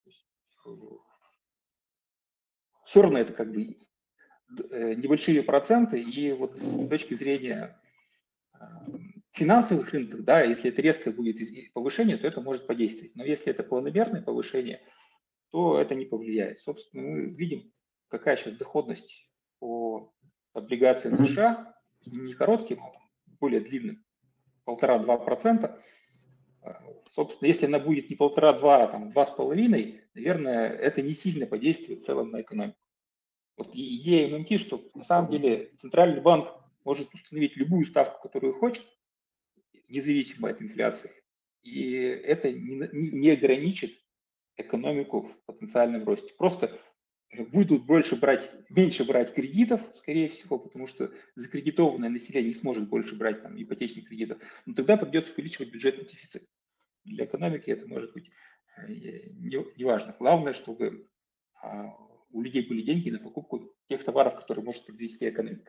все равно это как бы небольшие проценты, и вот с точки зрения финансовых рынков, да, если это резкое будет повышение, то это может подействовать. Но если это планомерное повышение, то это не повлияет. Собственно, мы видим, какая сейчас доходность по облигациям США, не коротким, а более длинным, полтора-два процента. Собственно, если она будет не полтора-два, а там два с половиной, наверное, это не сильно подействует в целом на экономику. Вот и идея эм эм ти, что на самом деле центральный банк может установить любую ставку, которую хочет, независимо от инфляции, и это не, не ограничит экономику в потенциальном росте. Просто будут больше брать, меньше брать кредитов, скорее всего, потому что закредитованное население не сможет больше брать там ипотечных кредитов, но тогда придется увеличивать бюджетный дефицит. Для экономики это может быть не, не важно. Главное, чтобы у людей были деньги на покупку тех товаров, которые может произвести экономика.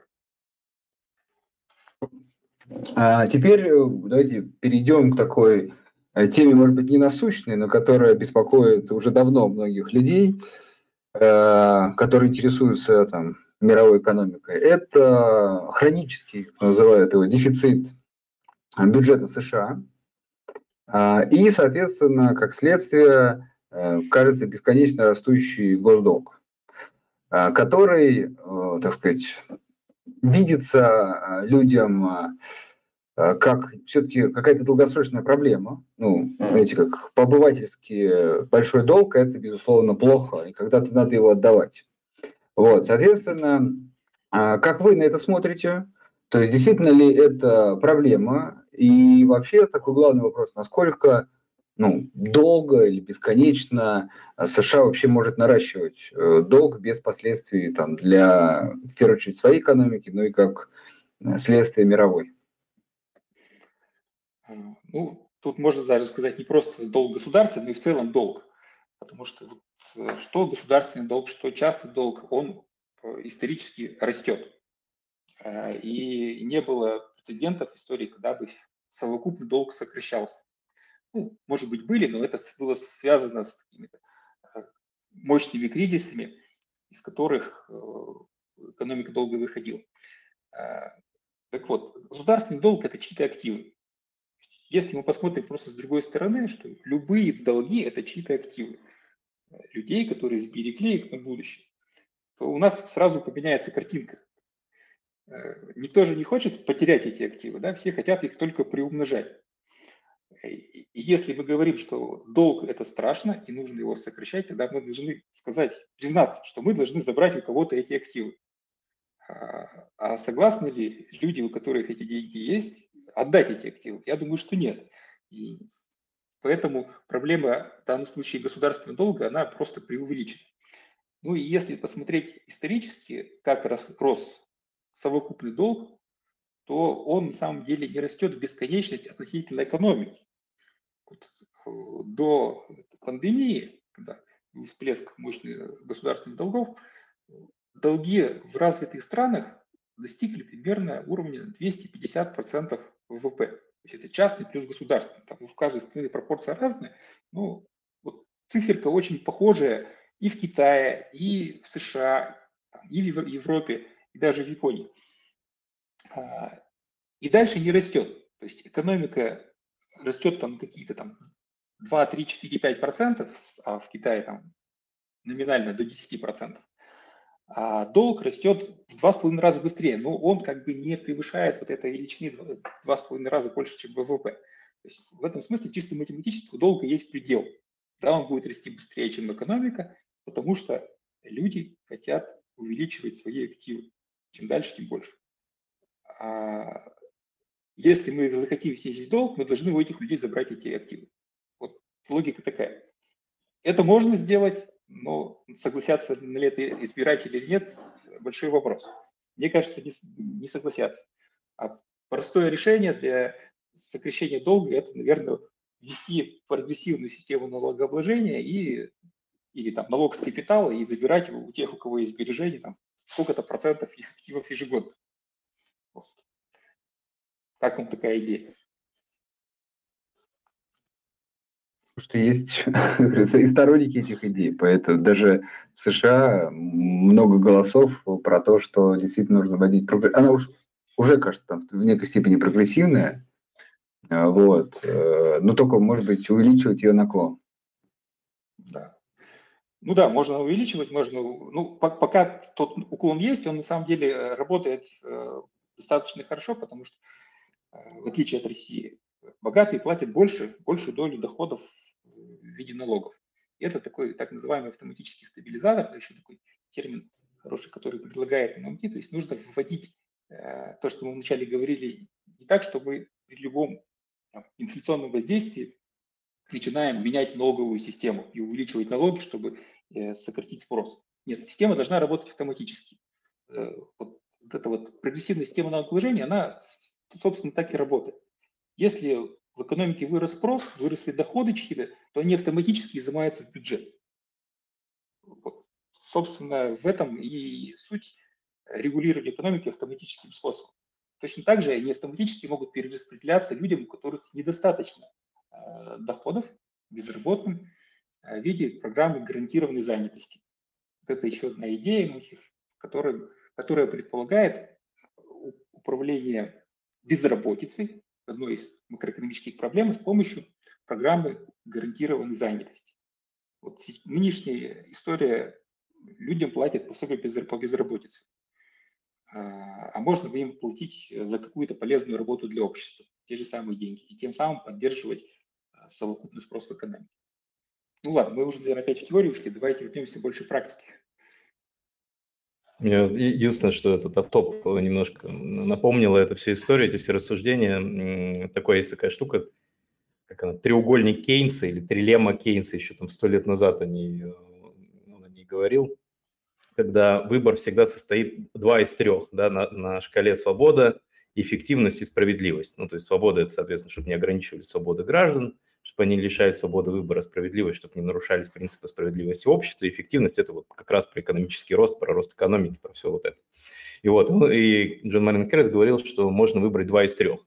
А теперь давайте перейдем к такой теме, может быть, не насущной, но которая беспокоит уже давно многих людей, которые интересуются там, мировой экономикой. Это хронический, называют его, дефицит бюджета США. И, соответственно, как следствие, кажется, бесконечно растущий госдолг, который, так сказать, видится людям как все-таки какая-то долгосрочная проблема. Ну, знаете, как по-обывательски большой долг – это, безусловно, плохо, и когда-то надо его отдавать. Вот, соответственно, как вы на это смотрите? То есть, действительно ли это проблема? И вообще такой главный вопрос, насколько ну, долго или бесконечно США вообще может наращивать долг без последствий там, для, в первую очередь, своей экономики, ну и как следствие мировой? Ну, тут можно даже сказать не просто долг государства, но и в целом долг. Потому что что государственный долг, что частный долг, он исторически растет. И не было прецедентов в истории, когда бы совокупный долг сокращался. Ну, может быть, были, но это было связано с какими-то мощными кризисами, из которых экономика долго выходила. Так вот, государственный долг – это чьи-то активы. Если мы посмотрим просто с другой стороны, что любые долги – это чьи-то активы, людей, которые сберегли их на будущее, то у нас сразу поменяется картинка. Никто же не хочет потерять эти активы, да? Все хотят их только приумножать. И если мы говорим, что долг – это страшно и нужно его сокращать, тогда мы должны сказать, признаться, что мы должны забрать у кого-то эти активы. А согласны ли люди, у которых эти деньги есть, отдать эти активы? Я думаю, что нет. И поэтому проблема в данном случае государственного долга, она просто преувеличена. Ну и если посмотреть исторически, как рос совокупный долг, то он на самом деле не растет в бесконечность относительно экономики. Вот, до пандемии, когда был всплеск мощных государственных долгов, долги в развитых странах достигли примерно уровня двести пятьдесят процентов вэ вэ пэ. То есть это частный плюс государственный. Там в каждой стране пропорция разная, но вот циферка очень похожая и в Китае, и в США, и в Европе, и даже в Японии. И дальше не растет. То есть экономика растет там какие-то там два, три, четыре, пять процентов, а в Китае там номинально до десяти процентов. А долг растет в два с половиной раза быстрее, но он как бы не превышает вот этой величины два с половиной раза больше, чем вэ вэ пэ. То есть в этом смысле чисто математически у долга есть предел. Да, он будет расти быстрее, чем экономика, потому что люди хотят увеличивать свои активы. Чем дальше, тем больше. А если мы захотим снизить долг, мы должны у этих людей забрать эти активы. Вот логика такая. Это можно сделать, но согласятся ли это избиратели или нет, большой вопрос. Мне кажется, не, не согласятся. А простое решение для сокращения долга – это, наверное, ввести прогрессивную систему налогообложения и, или там, налог с капитала и забирать его у тех, у кого есть сбережения, там, сколько-то процентов их активов ежегодно. Вот. Как вам такая идея? что есть и сторонники этих идей. Поэтому даже в США много голосов про то, что действительно нужно вводить... Она уж, уже, кажется, там в некой степени прогрессивная, вот, но только, может быть, увеличивать ее наклон. Да. Ну да, можно увеличивать, можно... Ну, пока тот уклон есть, он на самом деле работает достаточно хорошо, потому что, в отличие от России, богатые платят больше, большую долю доходов в виде налогов. И это такой так называемый автоматический стабилизатор, это еще такой термин хороший, который предлагает эм эм ти. То есть нужно вводить э, то, что мы вначале говорили, не так, чтобы при любом там, инфляционном воздействии начинаем менять налоговую систему и увеличивать налоги, чтобы э, сократить спрос. Нет, система должна работать автоматически. Э, вот, вот эта вот прогрессивная система налогообложения, она, собственно, так и работает. Если в экономике вырос спрос, выросли доходы чьи-то, то они автоматически изымаются в бюджет. Вот. Собственно, в этом и суть регулирования экономики автоматическим способом. Точно так же они автоматически могут перераспределяться людям, у которых недостаточно э, доходов, безработным, э, в виде программы гарантированной занятости. Вот это еще одна идея, которая, которая предполагает управление безработицей, одной из макроэкономических проблем, с помощью программы гарантированной занятости. Вот нынешняя история, людям платят пособие по безработице, а можно бы им платить за какую-то полезную работу для общества, те же самые деньги, и тем самым поддерживать совокупный спрос в экономике. Ну ладно, мы уже, наверное, опять в теорию ушли, давайте вернемся больше к практике. Мне единственное, что этот автоп немножко напомнила эту всю историю, эти все рассуждения. Такое, есть такая штука, как она, треугольник Кейнса или трилемма Кейнса, еще там сто лет назад о ней, он о ней говорил, когда выбор всегда состоит два из трех, да, на, на шкале свобода, эффективность и справедливость. Ну, то есть свобода – это, соответственно, чтобы не ограничивали свободы граждан, чтобы они лишали свободы выбора, справедливость, чтобы не нарушались принципы справедливости общества, эффективность – это вот как раз про экономический рост, про рост экономики, про все вот это. И вот, и Джон Майлен Кейнс говорил, что можно выбрать два из трех.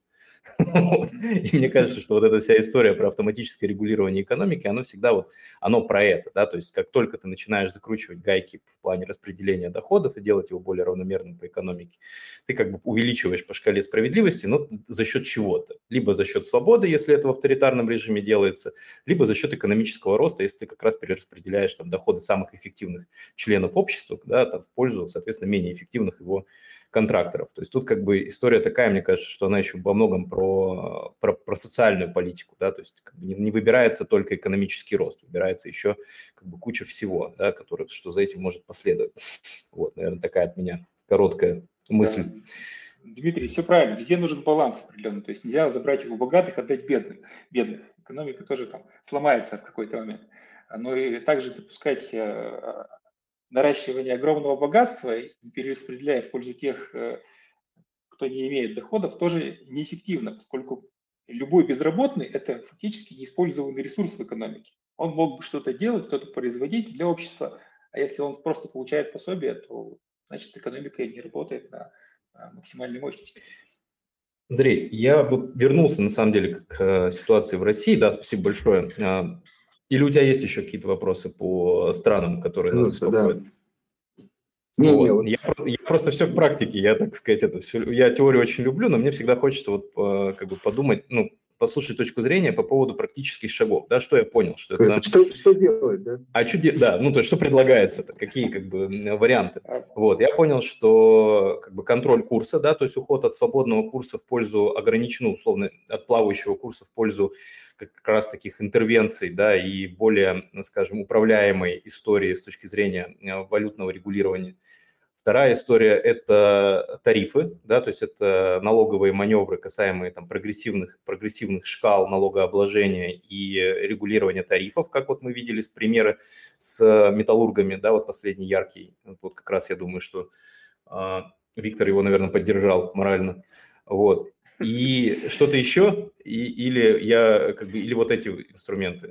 И мне кажется, что вот эта вся история про автоматическое регулирование экономики, оно всегда вот, оно про это, да, то есть как только ты начинаешь закручивать гайки в плане распределения доходов и делать его более равномерным по экономике, ты как бы увеличиваешь по шкале справедливости, но за счет чего-то. Либо за счет свободы, если это в авторитарном режиме делается, либо за счет экономического роста, если ты как раз перераспределяешь там доходы самых эффективных членов общества, да, там, в пользу, соответственно, менее эффективных его контракторов. То есть тут как бы история такая, мне кажется, что она еще во многом про, про, про социальную политику, да, то есть как бы не, не выбирается только экономический рост, выбирается еще как бы куча всего, да, который, что за этим может последовать. Вот, наверное, такая от меня короткая мысль. Да. Дмитрий, все правильно, везде нужен баланс определенный, то есть нельзя забрать у богатых, отдать бедным. бедных. Экономика тоже там сломается в какой-то момент. Но и также допускать наращивание огромного богатства и перераспределяя в пользу тех, кто не имеет доходов, тоже неэффективно, поскольку любой безработный – это фактически неиспользованный ресурс в экономике. Он мог бы что-то делать, что-то производить для общества, а если он просто получает пособие, то значит экономика не работает на максимальной мощности. Андрей, я бы вернулся на самом деле к ситуации в России. Да, спасибо большое. Или у тебя есть еще какие-то вопросы по странам, которые нас беспокоят? Да. Не, вот. не, вот. я, я просто все к практике. Я, так сказать, это все, я теорию очень люблю, но мне всегда хочется вот как бы подумать, ну, послушать точку зрения по поводу практических шагов. Да, что я понял, что это... Что, что делать, да? А что, да, ну, то есть что предлагается-то, какие как бы варианты? Вот, я понял, что как бы контроль курса, да, то есть уход от свободного курса в пользу ограниченного, условно, от плавающего курса в пользу как раз таких интервенций, да, и более, скажем, управляемой истории с точки зрения валютного регулирования. Вторая история – это тарифы, да, то есть это налоговые маневры, касаемые там прогрессивных, прогрессивных шкал налогообложения и регулирования тарифов, как вот мы видели примеры с металлургами, да, вот последний яркий, вот как раз я думаю, что э, Виктор его, наверное, поддержал морально, вот. И что-то еще, и, или я как бы, или вот эти инструменты?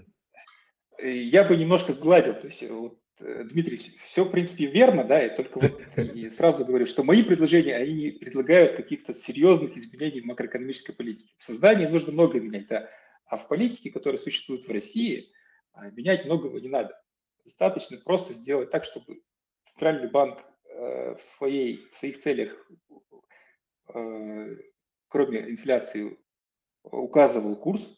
Я бы немножко сгладил, то есть вот, Дмитрий, все в принципе верно, да, и только вот и сразу говорю, что мои предложения, они не предлагают каких-то серьезных изменений в макроэкономической политике. В создании нужно много менять, да, а в политике, которая существует в России, А менять многого не надо. Достаточно просто сделать так, чтобы центральный банк э, в, своей, в своих целях, э, кроме инфляции, указывал курс.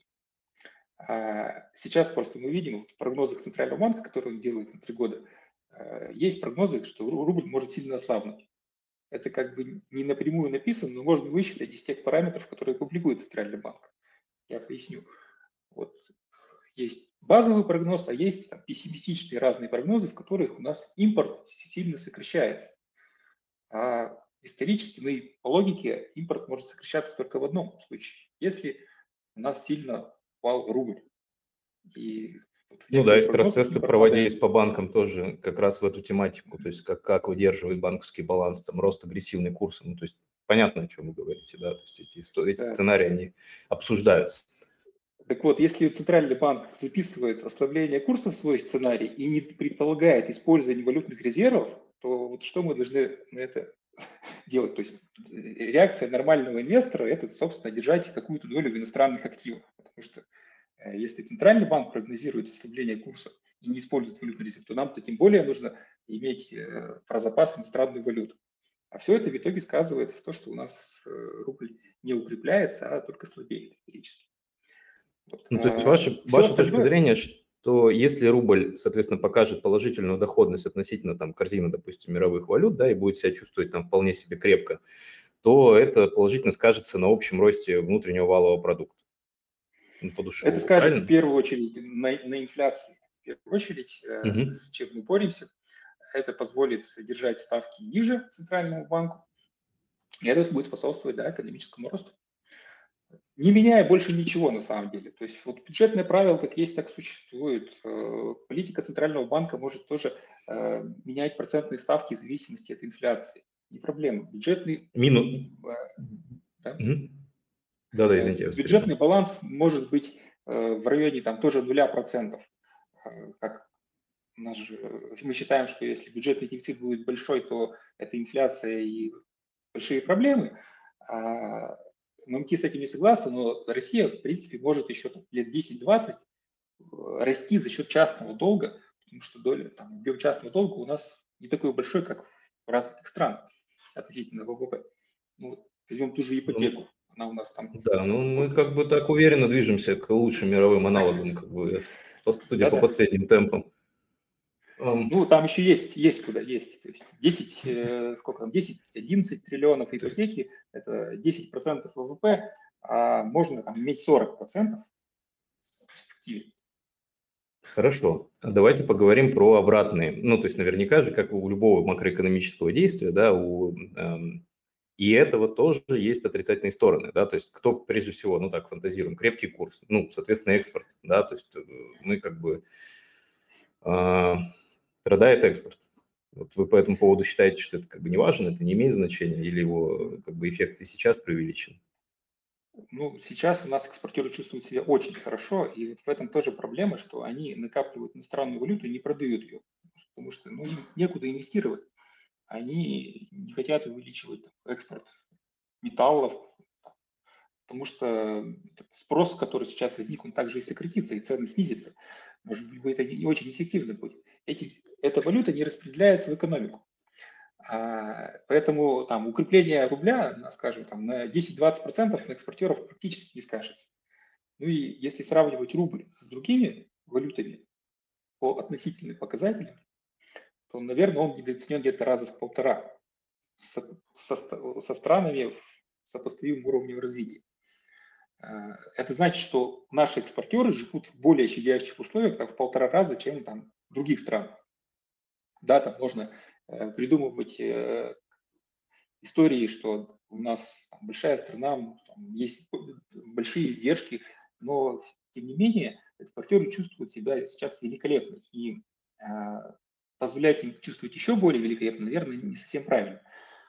А сейчас просто мы видим в прогнозах Центрального банка, которые он делает на три года, э, есть прогнозы, что ру- рубль может сильно ослабнуть. Это как бы не напрямую написано, но можно высчитать из тех параметров, которые публикует Центральный банк. Я поясню. Вот есть базовый прогноз, а есть там, пессимистичные разные прогнозы, в которых у нас импорт сильно сокращается. А исторически, ну и по логике, импорт может сокращаться только в одном случае, если у нас сильно упал рубль. И вот в Ну да, и некоторых прогнозах стресс-тесты импорт падает. проводились по банкам тоже как раз в эту тематику, то есть как, как выдерживает банковский баланс, там, рост агрессивный курса, ну то есть понятно, о чем вы говорите, да, то есть эти, исто- эти Да. сценарии, они обсуждаются. Так вот, если Центральный банк записывает ослабление курса в свой сценарий и не предполагает использование валютных резервов, то вот что мы должны на это делать? То есть э, реакция нормального инвестора – это, собственно, держать какую-то долю в иностранных активах. Потому что э, если Центральный банк прогнозирует ослабление курса и не использует валютный резерв, то нам-то тем более нужно иметь э, про запас иностранной валюты. А все это в итоге сказывается в том, что у нас э, рубль не укрепляется, а только слабеет исторически. Вот. Ну, то есть А ваша, все ваша точка остальное, зрения, что если рубль, соответственно, покажет положительную доходность относительно там корзины, допустим, мировых валют, да, и будет себя чувствовать там вполне себе крепко, то это положительно скажется на общем росте внутреннего валового продукта. Ну, по это душу, скажется в правильно? первую очередь на, на инфляции. В первую очередь, э, Мгм. с чем мы боремся, это позволит держать ставки ниже Центральному банку, и это будет способствовать, да, экономическому росту. Не меняя больше ничего на самом деле. То есть вот бюджетное правило как есть, так существует. Э, Политика Центрального банка может тоже э, менять процентные ставки в зависимости от инфляции. Не проблема. Бюджетный, Мину... э, да, Мгм. Да-да, э, извините, я вас перебил. бюджетный баланс может быть э, в районе там тоже нуля процентов. Э, Как у нас же, э, мы считаем, что если бюджетный дефицит будет большой, то это инфляция и большие проблемы. А эм эм тэ с этим не согласны, но Россия, в принципе, может еще там, лет десять-двадцать э, расти за счет частного долга, потому что доля, там, объем частного долга у нас не такой большой, как в развитых странах относительно вэ вэ пэ. Ну, вот возьмем ту же Ну, ипотеку, она у нас там да, ну мы сколько? как бы так уверенно движемся к лучшим мировым аналогам, как бы, по- судя по Да-да. последним темпам. Ам, Ну, там еще есть, есть куда есть. То есть десять, э, сколько там, десять-одиннадцать триллионов то есть, ипотеки, это десять процентов вэ вэ пэ, а можно там иметь сорок процентов в перспективе. Хорошо, а давайте поговорим про обратные. Ну, то есть наверняка же, как у любого макроэкономического действия, да, у, эм, и этого тоже есть отрицательные стороны, да, то есть кто прежде всего, ну так фантазируем, крепкий курс, ну, соответственно, экспорт, да, то есть э, мы как бы а, страдает экспорт. Вот вы по этому поводу считаете, что это как бы не важно, это не имеет значения, или его как бы эффект и сейчас преувеличен? Ну, сейчас у нас экспортеры чувствуют себя очень хорошо, и вот в этом тоже проблема, что они накапливают иностранную валюту и не продают ее, потому что ну, им некуда инвестировать. Они не хотят увеличивать там, экспорт металлов, потому что спрос, который сейчас возник, он также и сократится, и цены снизятся. Может быть, это не очень эффективно будет. Эти, эта валюта не распределяется в экономику. А, поэтому там укрепление рубля, на, скажем, там, на десять-двадцать процентов на экспортеров практически не скажется. Ну и если сравнивать рубль с другими валютами по относительным показателям, то, наверное, он недооценен где-то раза в полтора со, со, со странами с сопоставимым уровнем развития. Это значит, что наши экспортеры живут в более щадящих условиях там, в полтора раза, чем там, в других странах. Да, там можно э, придумывать э, истории, что у нас там, большая страна, там, есть большие издержки, но тем не менее экспортеры чувствуют себя сейчас великолепно. И э, позволять им чувствовать еще более великолепно, наверное, не совсем правильно.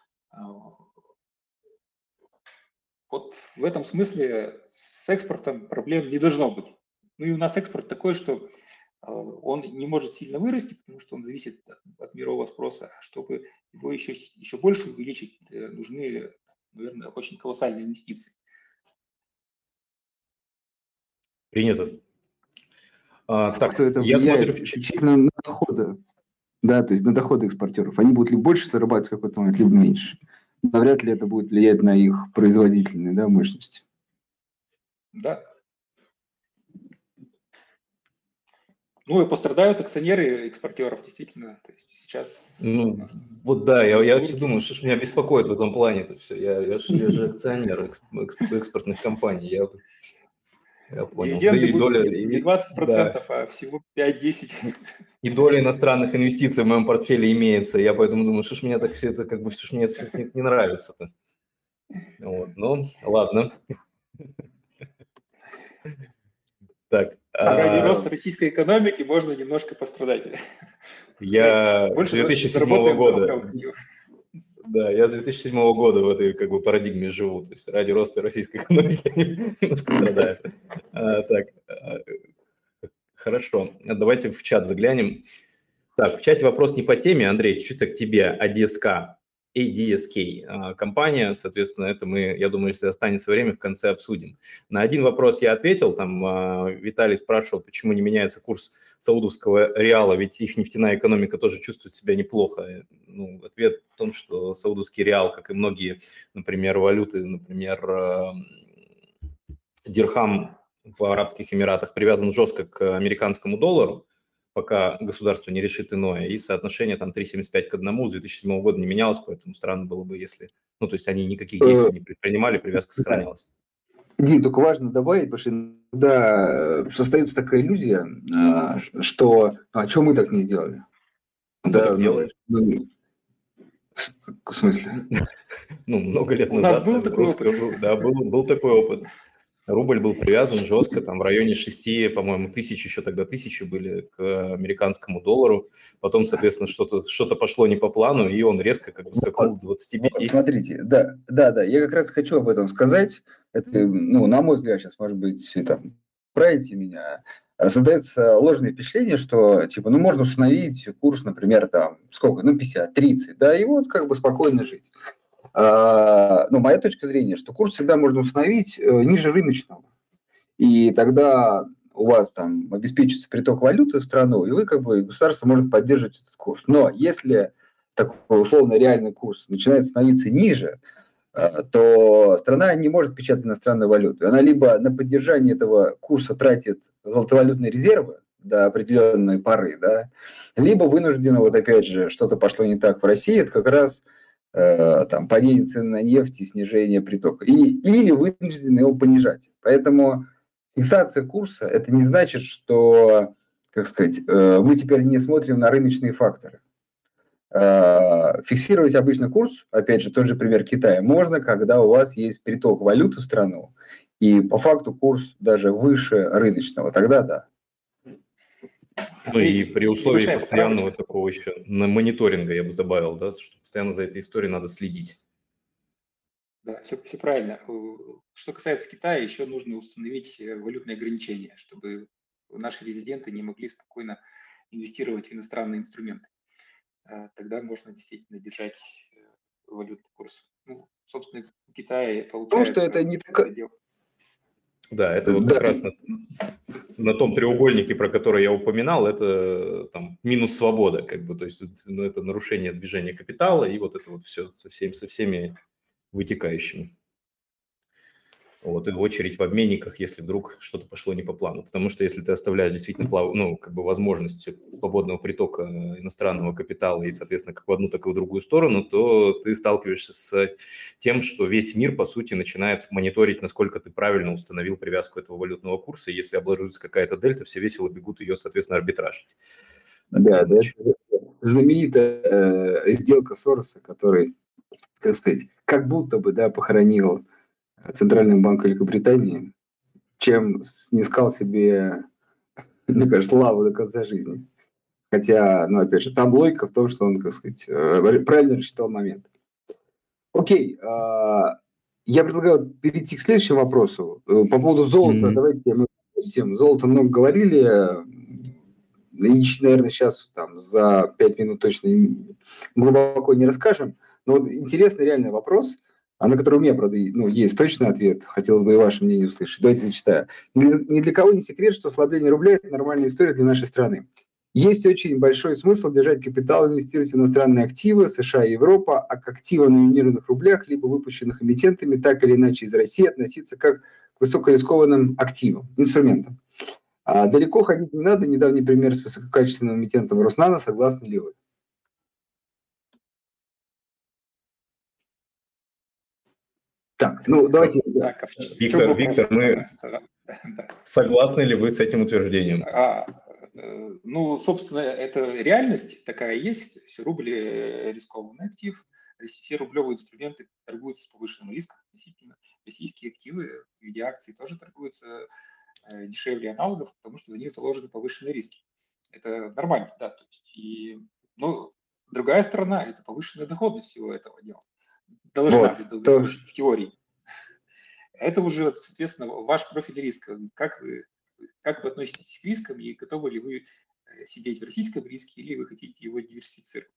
Вот в этом смысле с экспортом проблем не должно быть. Ну и у нас экспорт такой, что э, он не может сильно вырасти, потому что он зависит от, от мирового спроса. А чтобы его еще, еще больше увеличить, э, нужны, наверное, очень колоссальные инвестиции. Принято. А, так, Что это я влияет смотрю... исключительно на доходы, да, то есть на доходы экспортеров. Они будут либо больше зарабатывать в какой-то момент, либо меньше. Но вряд ли это будет влиять на их производительные, да, мощности. Да. Ну и пострадают акционеры экспортеров, действительно. То есть сейчас у Ну, нас вот да, я, я все турки. думаю, что ж меня беспокоит в этом плане-то все. Я, я, ж- я же акционер экс- экс- экспортных компаний, я, я понял. Да Дивиденды и будут доля, не, не и, да, двадцать процентов, а всего пять-десять. и доля иностранных инвестиций в моем портфеле имеется. Я поэтому думаю, что ж мне так все это, как бы, что ж мне все это не, не нравится-то. Вот, ну, ладно. Так, А ради а, роста российской экономики можно немножко пострадать. Пускай я с больше две за- тысячи седьмого заработаем на года, рублевых активах. да, я с две тысячи седьмого года в этой как бы парадигме живу, то есть ради роста российской экономики немножко страдаю. А, так, а, хорошо, давайте в чат заглянем. Так, в чате вопрос не по теме, Андрей, чуть-чуть к тебе, а ди эс кей, эй ди эс кей, а, компания, соответственно, это мы, я думаю, если останется время, в конце обсудим. На один вопрос я ответил, там а, Виталий спрашивал, почему не меняется курс саудовского реала, ведь их нефтяная экономика тоже чувствует себя неплохо. Ну, ответ в том, что саудовский реал, как и многие, например, валюты, например, а, дирхам в Арабских Эмиратах привязан жестко к американскому доллару, пока государство не решит иное, и соотношение там три семьдесят пять к одному с две тысячи седьмого года не менялось, поэтому странно было бы, если... Ну, то есть они никаких действий не предпринимали, привязка сохранялась. Дим, только важно добавить, потому что иногда создается такая иллюзия, что а что мы так не сделали? Мы Да, так ну, делали. ну, в смысле? Ну, много лет У нас назад был там, такой русского, опыт. да, был, был такой опыт. Рубль был привязан жестко, там в районе шести, по-моему, тысяч, еще тогда тысячи были к американскому доллару. Потом, соответственно, что-то что пошло не по плану, и он резко как бы скакнул Вот, с двадцати вот, пяти. смотрите, да, да, да, я как раз хочу об этом сказать. Это, ну, на мой взгляд, сейчас, может быть, там, правите меня, создается ложное впечатление, что, типа, ну, можно установить курс, например, там, сколько, ну, пятьдесят, тридцать, да, и вот как бы спокойно жить. А, ну, моя точка зрения, что курс всегда можно установить э, ниже рыночного. И тогда у вас там обеспечится приток валюты в страну, и вы как бы, государство может поддерживать этот курс. Но если такой условно реальный курс начинает становиться ниже, э, то страна не может печатать иностранную валюту. Она либо на поддержание этого курса тратит золотовалютные резервы до определенной поры, да, либо вынуждена, вот опять же, что-то пошло не так в России, это как раз э, там, падение цен на нефть и снижение притока. И, или вынуждены его понижать. Поэтому фиксация курса – это не значит, что, как сказать, э, мы теперь не смотрим на рыночные факторы. Э, фиксировать обычно курс, опять же, тот же пример Китая, можно, когда у вас есть приток валюты в страну, и по факту курс даже выше рыночного, тогда да. Ну и при условии Небольшая постоянного поправочка. такого еще на мониторинга, я бы добавил, да, что постоянно за этой историей надо следить. Да, все, все правильно. Что касается Китая, еще нужно установить валютные ограничения, чтобы наши резиденты не могли спокойно инвестировать в иностранные инструменты. Тогда можно действительно держать валютный курс. Ну, собственно, в Китае Потому что это получается не это такая... делать. Да, это вот Да, как раз на, на том треугольнике, про который я упоминал, это там минус свобода, как бы, то есть ну, это нарушение движения капитала и вот это вот все со всеми, со всеми вытекающими. Вот, и очередь в обменниках, если вдруг что-то пошло не по плану. Потому что если ты оставляешь действительно плав... ну, как бы возможность свободного притока иностранного капитала и, соответственно, как в одну, так и в другую сторону, то ты сталкиваешься с тем, что весь мир, по сути, начинает мониторить, насколько ты правильно установил привязку этого валютного курса. И если обнаружится какая-то дельта, все весело бегут ее, соответственно, арбитражить. Да, да, знаменитая э, сделка Сороса, который, как сказать, как будто бы, да, похоронил Центральный банк Великобритании, чем снискал себе, мне кажется, славу до конца жизни. Хотя, ну, опять же, там логика в том, что он, как сказать, правильно рассчитал момент. Окей, я предлагаю перейти к следующему вопросу. По поводу золота, mm-hmm. давайте мы допустим, золото много говорили, и, наверное, сейчас там за пять минут точно глубоко не расскажем. Но вот интересный реальный вопрос. а на который у меня, правда, ну, есть точный ответ, хотелось бы и ваше мнение услышать. Давайте зачитаю. Ни, ни для кого не секрет, что ослабление рубля – это нормальная история для нашей страны. Есть очень большой смысл держать капитал, инвестировать в иностранные активы, США и Европа, а к активам, номинированных в рублях, либо выпущенных эмитентами, так или иначе из России, относиться как к высокорискованным активам, инструментам. А далеко ходить не надо. Недавний пример с высококачественным эмитентом Роснано. Согласны ли вы? Так, ну давайте. Так, а в Виктор, чем Виктор, мы согласны ли вы с этим утверждением? А, ну, собственно, это реальность такая есть. То есть рубль рискованный актив. Все рублевые инструменты торгуются с повышенным риском относительно. Российские активы в виде акций тоже торгуются дешевле аналогов, потому что за них заложены повышенные риски. Это нормально, да. То есть и, ну, другая сторона – это повышенная доходность всего этого дела. Должна Вот, быть долгосрочно, в теории. Это уже, соответственно, ваш профиль риска. Как вы, как вы относитесь к рискам и готовы ли вы сидеть в российском риске или вы хотите его диверсифицировать?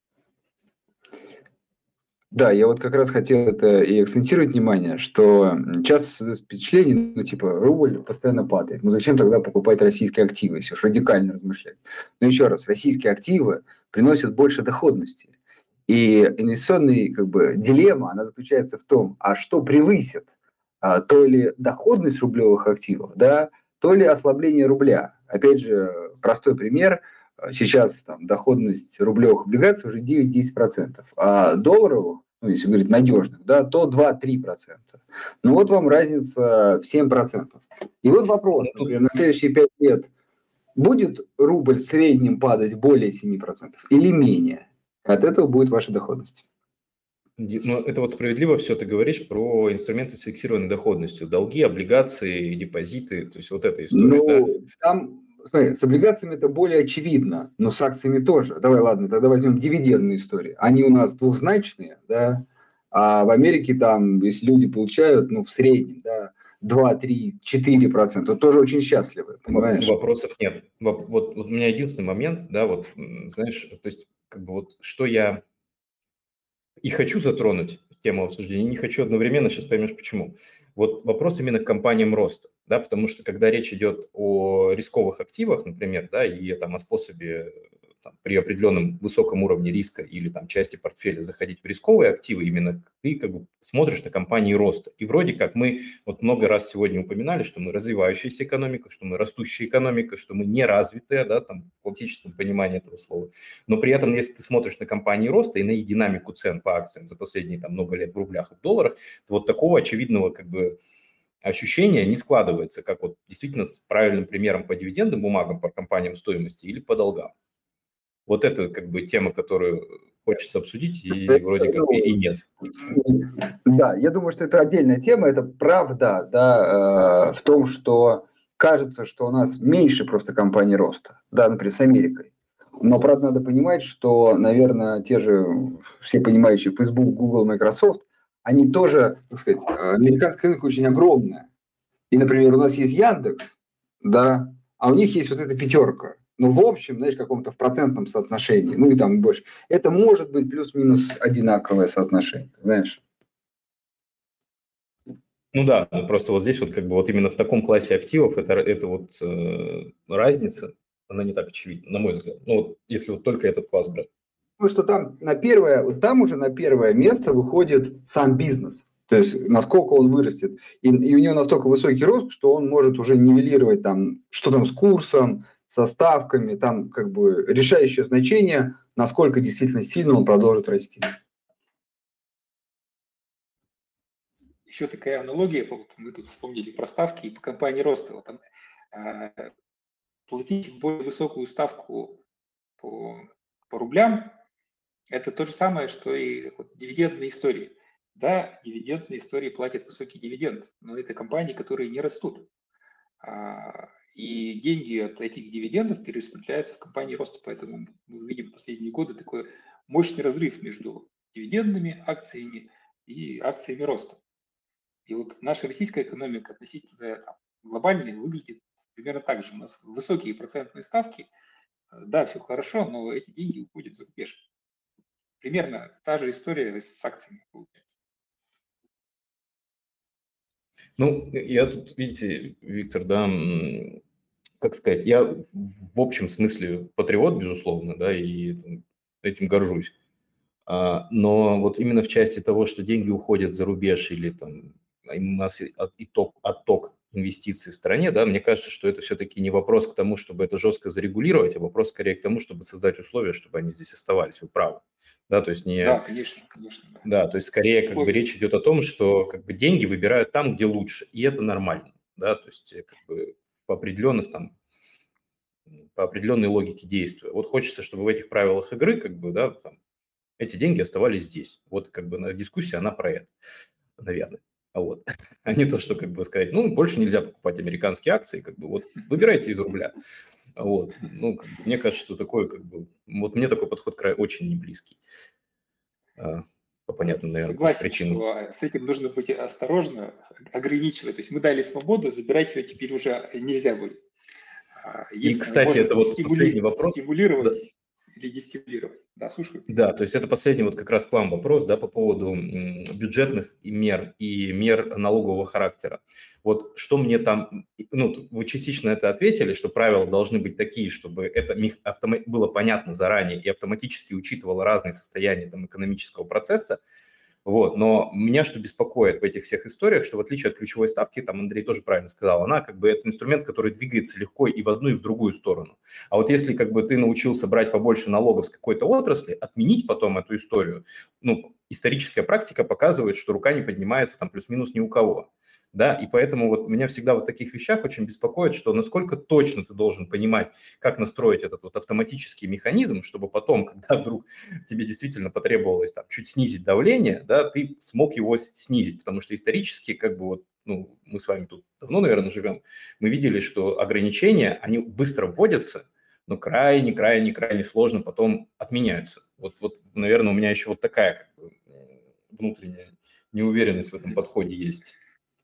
Да, я вот как раз хотел это и акцентировать внимание, что часто впечатление, ну, типа, рубль постоянно падает. Ну, зачем тогда покупать российские активы, если уж радикально размышлять? Но еще раз, российские активы приносят больше доходности. И инвестиционная, как бы, дилемма, она заключается в том, а что превысит, а, то ли доходность рублевых активов, да, то ли ослабление рубля. Опять же, простой пример. Сейчас там доходность рублевых облигаций уже девять-десять процентов, а долларовых, ну, если говорить надежных, да, то два-три процента. Ну вот вам разница в семь процентов. И вот вопрос, например, на следующие пять лет будет рубль в среднем падать более семи процентов или менее? От этого будет ваша доходность. Ну, это вот справедливо все ты говоришь про инструменты с фиксированной доходностью. Долги, облигации, депозиты, то есть вот эта история, ну, да? Там, смотри, с облигациями это более очевидно, но с акциями тоже. Давай, ладно, тогда возьмем дивидендные истории. Они у нас двухзначные, да, а в Америке там, если люди получают, ну, в среднем, да, два, три, четыре процента, то тоже очень счастливы, понимаешь? Вопросов нет. Вот, вот у меня единственный момент, да, вот, знаешь, то есть, как бы вот, что я и хочу затронуть тему обсуждения, не хочу одновременно, сейчас поймешь почему. Вот вопрос именно к компаниям роста, да, потому что когда речь идет о рисковых активах, например, да, и там о способе там, при определенном высоком уровне риска или там части портфеля заходить в рисковые активы, именно ты как бы смотришь на компании роста. И вроде как мы вот много раз сегодня упоминали, что мы развивающаяся экономика, что мы растущая экономика, что мы не развитая, да, там в классическом понимании этого слова. Но при этом, если ты смотришь на компании роста и на их динамику цен по акциям за последние там много лет в рублях и в долларах, то вот такого очевидного как бы ощущение не складывается, как вот действительно с правильным примером по дивидендным бумагам, по компаниям стоимости или по долгам. Вот это как бы тема, которую хочется обсудить, и вроде как и, и нет. Да, я думаю, что это отдельная тема. Это правда, да, э, в том, что кажется, что у нас меньше просто компаний роста, да, например, с Америкой. Но, правда, надо понимать, что, наверное, те же все понимающие Facebook, Google, Microsoft, они тоже, так сказать, американская рынок очень огромная. И, например, у нас есть Яндекс, да, а у них есть вот эта пятерка. Ну, в общем, знаешь, в каком-то в процентном соотношении, ну и там больше. Это может быть плюс-минус одинаковое соотношение, знаешь. Ну да, просто вот здесь вот как бы вот именно в таком классе активов это, это вот э, разница, она не так очевидна, на мой взгляд. Ну вот если вот только этот класс брать. Потому что там на первое, вот там уже на первое место выходит сам бизнес. То есть насколько он вырастет. И, и у него настолько высокий рост, что он может уже нивелировать там, что там с курсом, со ставками, там как бы решающее значение, насколько действительно сильно он продолжит расти. Еще такая аналогия, мы тут вспомнили про ставки и по компании роста. Вот там, э, платить более высокую ставку по, по рублям – это то же самое, что и вот, дивидендные истории. Да, дивидендные истории платят высокий дивиденд, но это компании, которые не растут. А, и деньги от этих дивидендов перераспределяются в компании роста. Поэтому мы видим в последние годы такой мощный разрыв между дивидендными акциями и акциями роста. И вот наша российская экономика относительно там, глобальной выглядит примерно так же. У нас высокие процентные ставки, да, все хорошо, но эти деньги уходят за рубеж. Примерно та же история с акциями получается. Ну, я тут, видите, Виктор, да, как сказать, я в общем смысле патриот, безусловно, да, и этим горжусь. А, но вот именно в части того, что деньги уходят за рубеж или там у нас отток, отток инвестиций в стране, да, мне кажется, что это все-таки не вопрос к тому, чтобы это жестко зарегулировать, а вопрос скорее к тому, чтобы создать условия, чтобы они здесь оставались. Вы правы. Да, то есть не... Да, конечно, конечно. Да, да то есть скорее как бы речь идет о том, что как бы деньги выбирают там, где лучше, и это нормально, да, то есть как бы по определенных там по определенной логике действия. Вот хочется, чтобы в этих правилах игры как бы, да, там, эти деньги оставались здесь. Вот как бы дискуссия, она про это, наверное. А вот. А не то, что как бы сказать, ну, больше нельзя покупать американские акции, как бы вот выбирайте из рубля. Вот. Ну, как бы, мне кажется, что такое, как бы, вот мне такой подход край очень не близкий. А, по понятным, наверное, Согласен, причинам. что с этим нужно быть осторожно, ограничивать. То есть мы дали свободу, забирать ее теперь уже нельзя будет. Если И, кстати, это вот стимули... последний вопрос. стимулировать да. или дестимулировать. Да, слушаю. Да, то есть это последний вот как раз к вам вопрос, да, по поводу бюджетных мер и мер налогового характера. Вот что мне там, ну, вы частично это ответили, что правила должны быть такие, чтобы это автом... было понятно заранее и автоматически учитывало разные состояния там экономического процесса. Вот, но меня что беспокоит в этих всех историях, что в отличие от ключевой ставки, там Андрей тоже правильно сказал, она как бы это инструмент, который двигается легко и в одну, и в другую сторону. А вот если как бы ты научился брать побольше налогов с какой-то отрасли, отменить потом эту историю, ну, историческая практика показывает, что рука не поднимается там плюс-минус ни у кого. Да, и поэтому вот меня всегда вот в таких вещах очень беспокоит, что насколько точно ты должен понимать, как настроить этот вот автоматический механизм, чтобы потом, когда вдруг тебе действительно потребовалось там чуть снизить давление, да, ты смог его снизить, потому что исторически, как бы вот, ну, мы с вами тут давно, наверное, живем, мы видели, что ограничения, они быстро вводятся, но крайне-крайне-крайне сложно потом отменяются. Вот, вот, наверное, у меня еще вот такая как бы внутренняя неуверенность в этом подходе есть.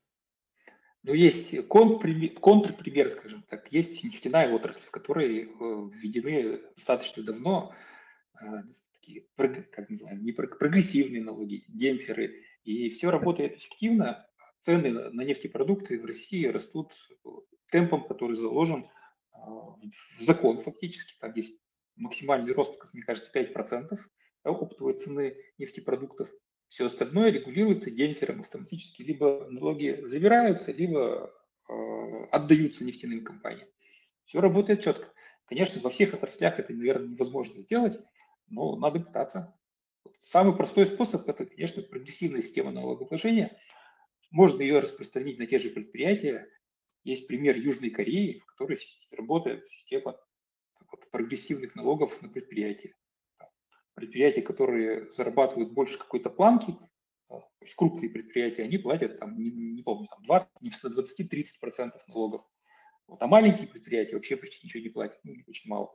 Ну, есть контрпример, скажем так. Есть нефтяная отрасль, в которой введены достаточно давно такие, как называем, не прогрессивные налоги, демпферы, и все работает эффективно. Цены на нефтепродукты в России растут темпом, который заложен в закон фактически. Там есть максимальный рост, как мне кажется, пять процентов оптовой цены нефтепродуктов. Все остальное регулируется демпфером автоматически. Либо налоги забираются, либо э, отдаются нефтяным компаниям. Все работает четко. Конечно, во всех отраслях это, наверное, невозможно сделать, но надо пытаться. Самый простой способ – это, конечно, прогрессивная система налогообложения. Можно ее распространить на те же предприятия. Есть пример Южной Кореи, в которой работает система прогрессивных налогов на предприятия. Предприятия, которые зарабатывают больше какой-то планки, то есть крупные предприятия, они платят, там, не, не помню, там двадцать-тридцать процентов налогов. Вот, а маленькие предприятия вообще почти ничего не платят, ну, очень мало.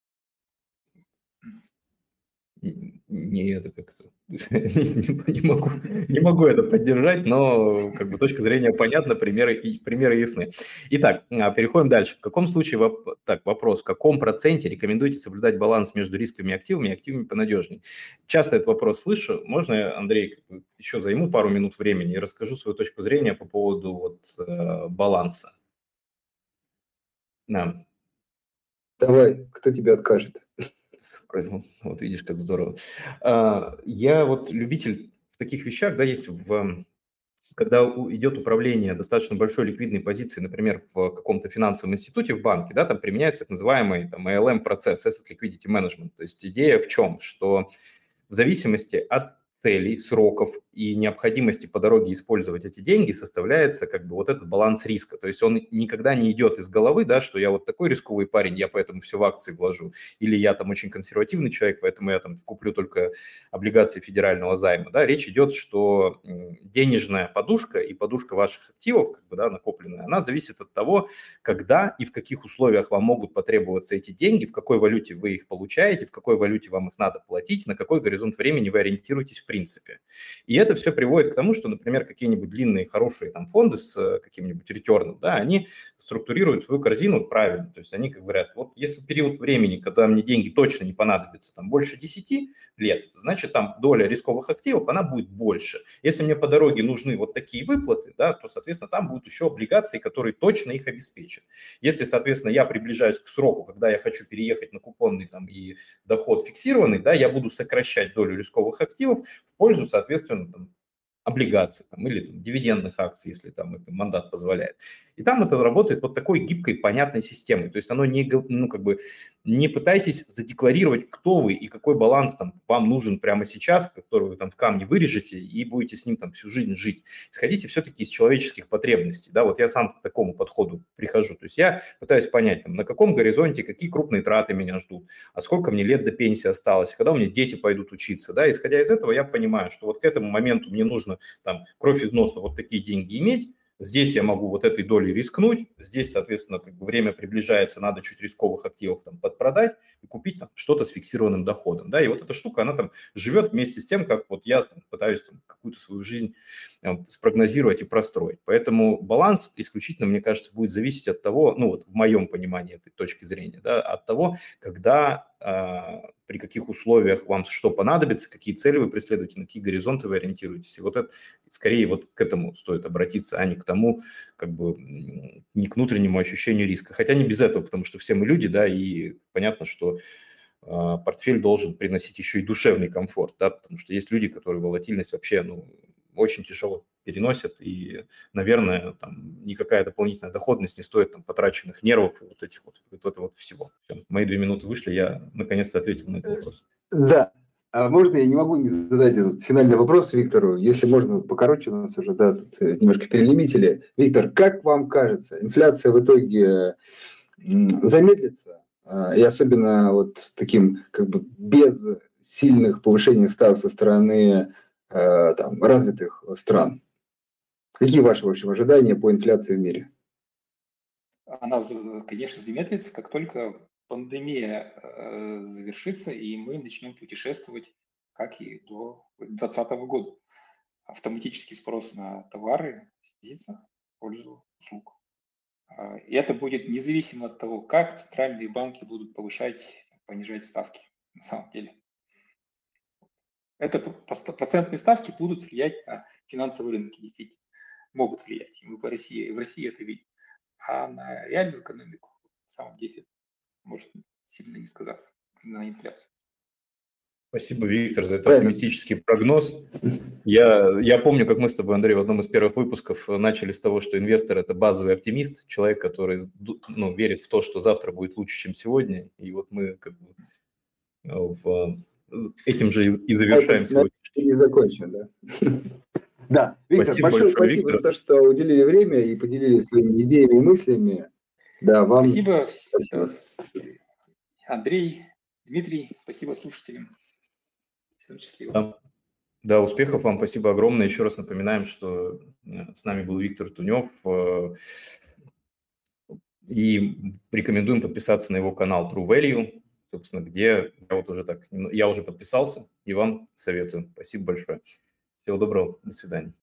Не, это как-то не, не могу, не могу это поддержать, но как бы точка зрения понятна, примеры и примеры ясны. Итак, переходим дальше. В каком случае, воп... так, вопрос, в каком проценте рекомендуете соблюдать баланс между рисковыми активами и активами понадежнее? Часто этот вопрос слышу. Можно, Андрей, еще займу пару минут времени и расскажу свою точку зрения по поводу вот, э, баланса? Да. Давай, кто тебе откажет? Вот видишь, как здорово. Я вот любитель в таких вещах, да, есть в... Когда идет управление достаточно большой ликвидной позицией, например, в каком-то финансовом институте, в банке, да, там применяется так называемый там, эй эл эм-процесс, Asset Liquidity Management. То есть идея в чем? Что в зависимости от целей, сроков и необходимости по дороге использовать эти деньги составляется как бы вот этот баланс риска. То есть он никогда не идет из головы, да, что я вот такой рисковый парень, я поэтому все в акции вложу, или я там очень консервативный человек, поэтому я там куплю только облигации федерального займа. Да. Речь идет, что денежная подушка и подушка ваших активов, как бы, да, накопленная, она зависит от того, когда и в каких условиях вам могут потребоваться эти деньги, в какой валюте вы их получаете, в какой валюте вам их надо платить, на какой горизонт времени вы ориентируетесь в принципе. И это это все приводит к тому, что, например, какие-нибудь длинные хорошие там фонды с каким-нибудь ретерном, да, они структурируют свою корзину правильно. То есть они как говорят, вот если период времени, когда мне деньги точно не понадобятся, там больше десяти лет, значит, там доля рисковых активов, она будет больше. Если мне по дороге нужны вот такие выплаты, да, то, соответственно, там будут еще облигации, которые точно их обеспечат. Если, соответственно, я приближаюсь к сроку, когда я хочу переехать на купонный там и доход фиксированный, да, я буду сокращать долю рисковых активов в пользу, соответственно, там, облигаций там, или там, дивидендных акций, если там это мандат позволяет. И там это работает вот такой гибкой, понятной системой. То есть оно не, ну, как бы, не пытайтесь задекларировать, кто вы и какой баланс там вам нужен прямо сейчас, который вы там в камне вырежете и будете с ним там всю жизнь жить. Исходите все-таки из человеческих потребностей. Да? Вот я сам к такому подходу прихожу. То есть я пытаюсь понять, там, на каком горизонте, какие крупные траты меня ждут, а сколько мне лет до пенсии осталось, когда у меня дети пойдут учиться. Да? Исходя из этого я понимаю, что вот к этому моменту мне нужно там кровь из носа вот такие деньги иметь, здесь я могу вот этой долей рискнуть, здесь, соответственно, как бы время приближается, надо чуть рисковых активов там подпродать и купить там что-то с фиксированным доходом, да, и вот эта штука, она там живет вместе с тем, как вот я там, пытаюсь там, какую-то свою жизнь там, спрогнозировать и простроить. Поэтому баланс исключительно, мне кажется, будет зависеть от того, ну вот в моем понимании этой точки зрения, да, от того, когда, э, при каких условиях вам что понадобится, какие цели вы преследуете, на какие горизонты вы ориентируетесь. И вот это, скорее вот к этому стоит обратиться, а не к тому, как бы, не к внутреннему ощущению риска. Хотя не без этого, потому что все мы люди, да, и понятно, что э, портфель должен приносить еще и душевный комфорт, да, потому что есть люди, которые волатильность вообще, ну, очень тяжело переносят, и, наверное, там никакая дополнительная доходность не стоит там потраченных нервов и вот этих вот, вот этого вот всего. Все, мои две минуты вышли, я наконец-то ответил на этот вопрос. Да. А можно я не могу не задать этот финальный вопрос Виктору? Если можно, покороче, у нас уже, да, тут немножко перелимитили. Виктор, как вам кажется, инфляция в итоге замедлится? И особенно вот таким, как бы, без сильных повышений ставок со стороны там, развитых стран? Какие ваши, в общем, ожидания по инфляции в мире? Она, конечно, замедлится, как только пандемия э, завершится, и мы начнем путешествовать, как и до две тысячи двадцатого года. Автоматический спрос на товары снизится в пользу услуг. И это будет независимо от того, как центральные банки будут повышать, понижать ставки на самом деле. Это процентные ставки будут влиять на финансовые рынки, действительно, могут влиять. Мы по России, в России это видим. А на реальную экономику, на самом деле, может сильно не сказаться на инфляцию. Спасибо, Виктор, за этот оптимистический прогноз. Я, я помню, как мы с тобой, Андрей, в одном из первых выпусков начали с того, что инвестор – это базовый оптимист, человек, который, ну, верит в то, что завтра будет лучше, чем сегодня. И вот мы как бы в, этим же и завершаем это, сегодня. Не закончим, да. Да, Виктор, спасибо большое, большое, спасибо Виктор. за то, что уделили время и поделились своими идеями и мыслями. Да, вам спасибо, спасибо. Андрей, Дмитрий, спасибо слушателям. Всем счастливо. Да. Да, успехов вам, спасибо огромное. Еще раз напоминаем, что с нами был Виктор Тунев. И рекомендуем подписаться на его канал True Value, собственно, где я вот уже так, я уже подписался, и вам советую. Спасибо большое. Всего доброго, до свидания.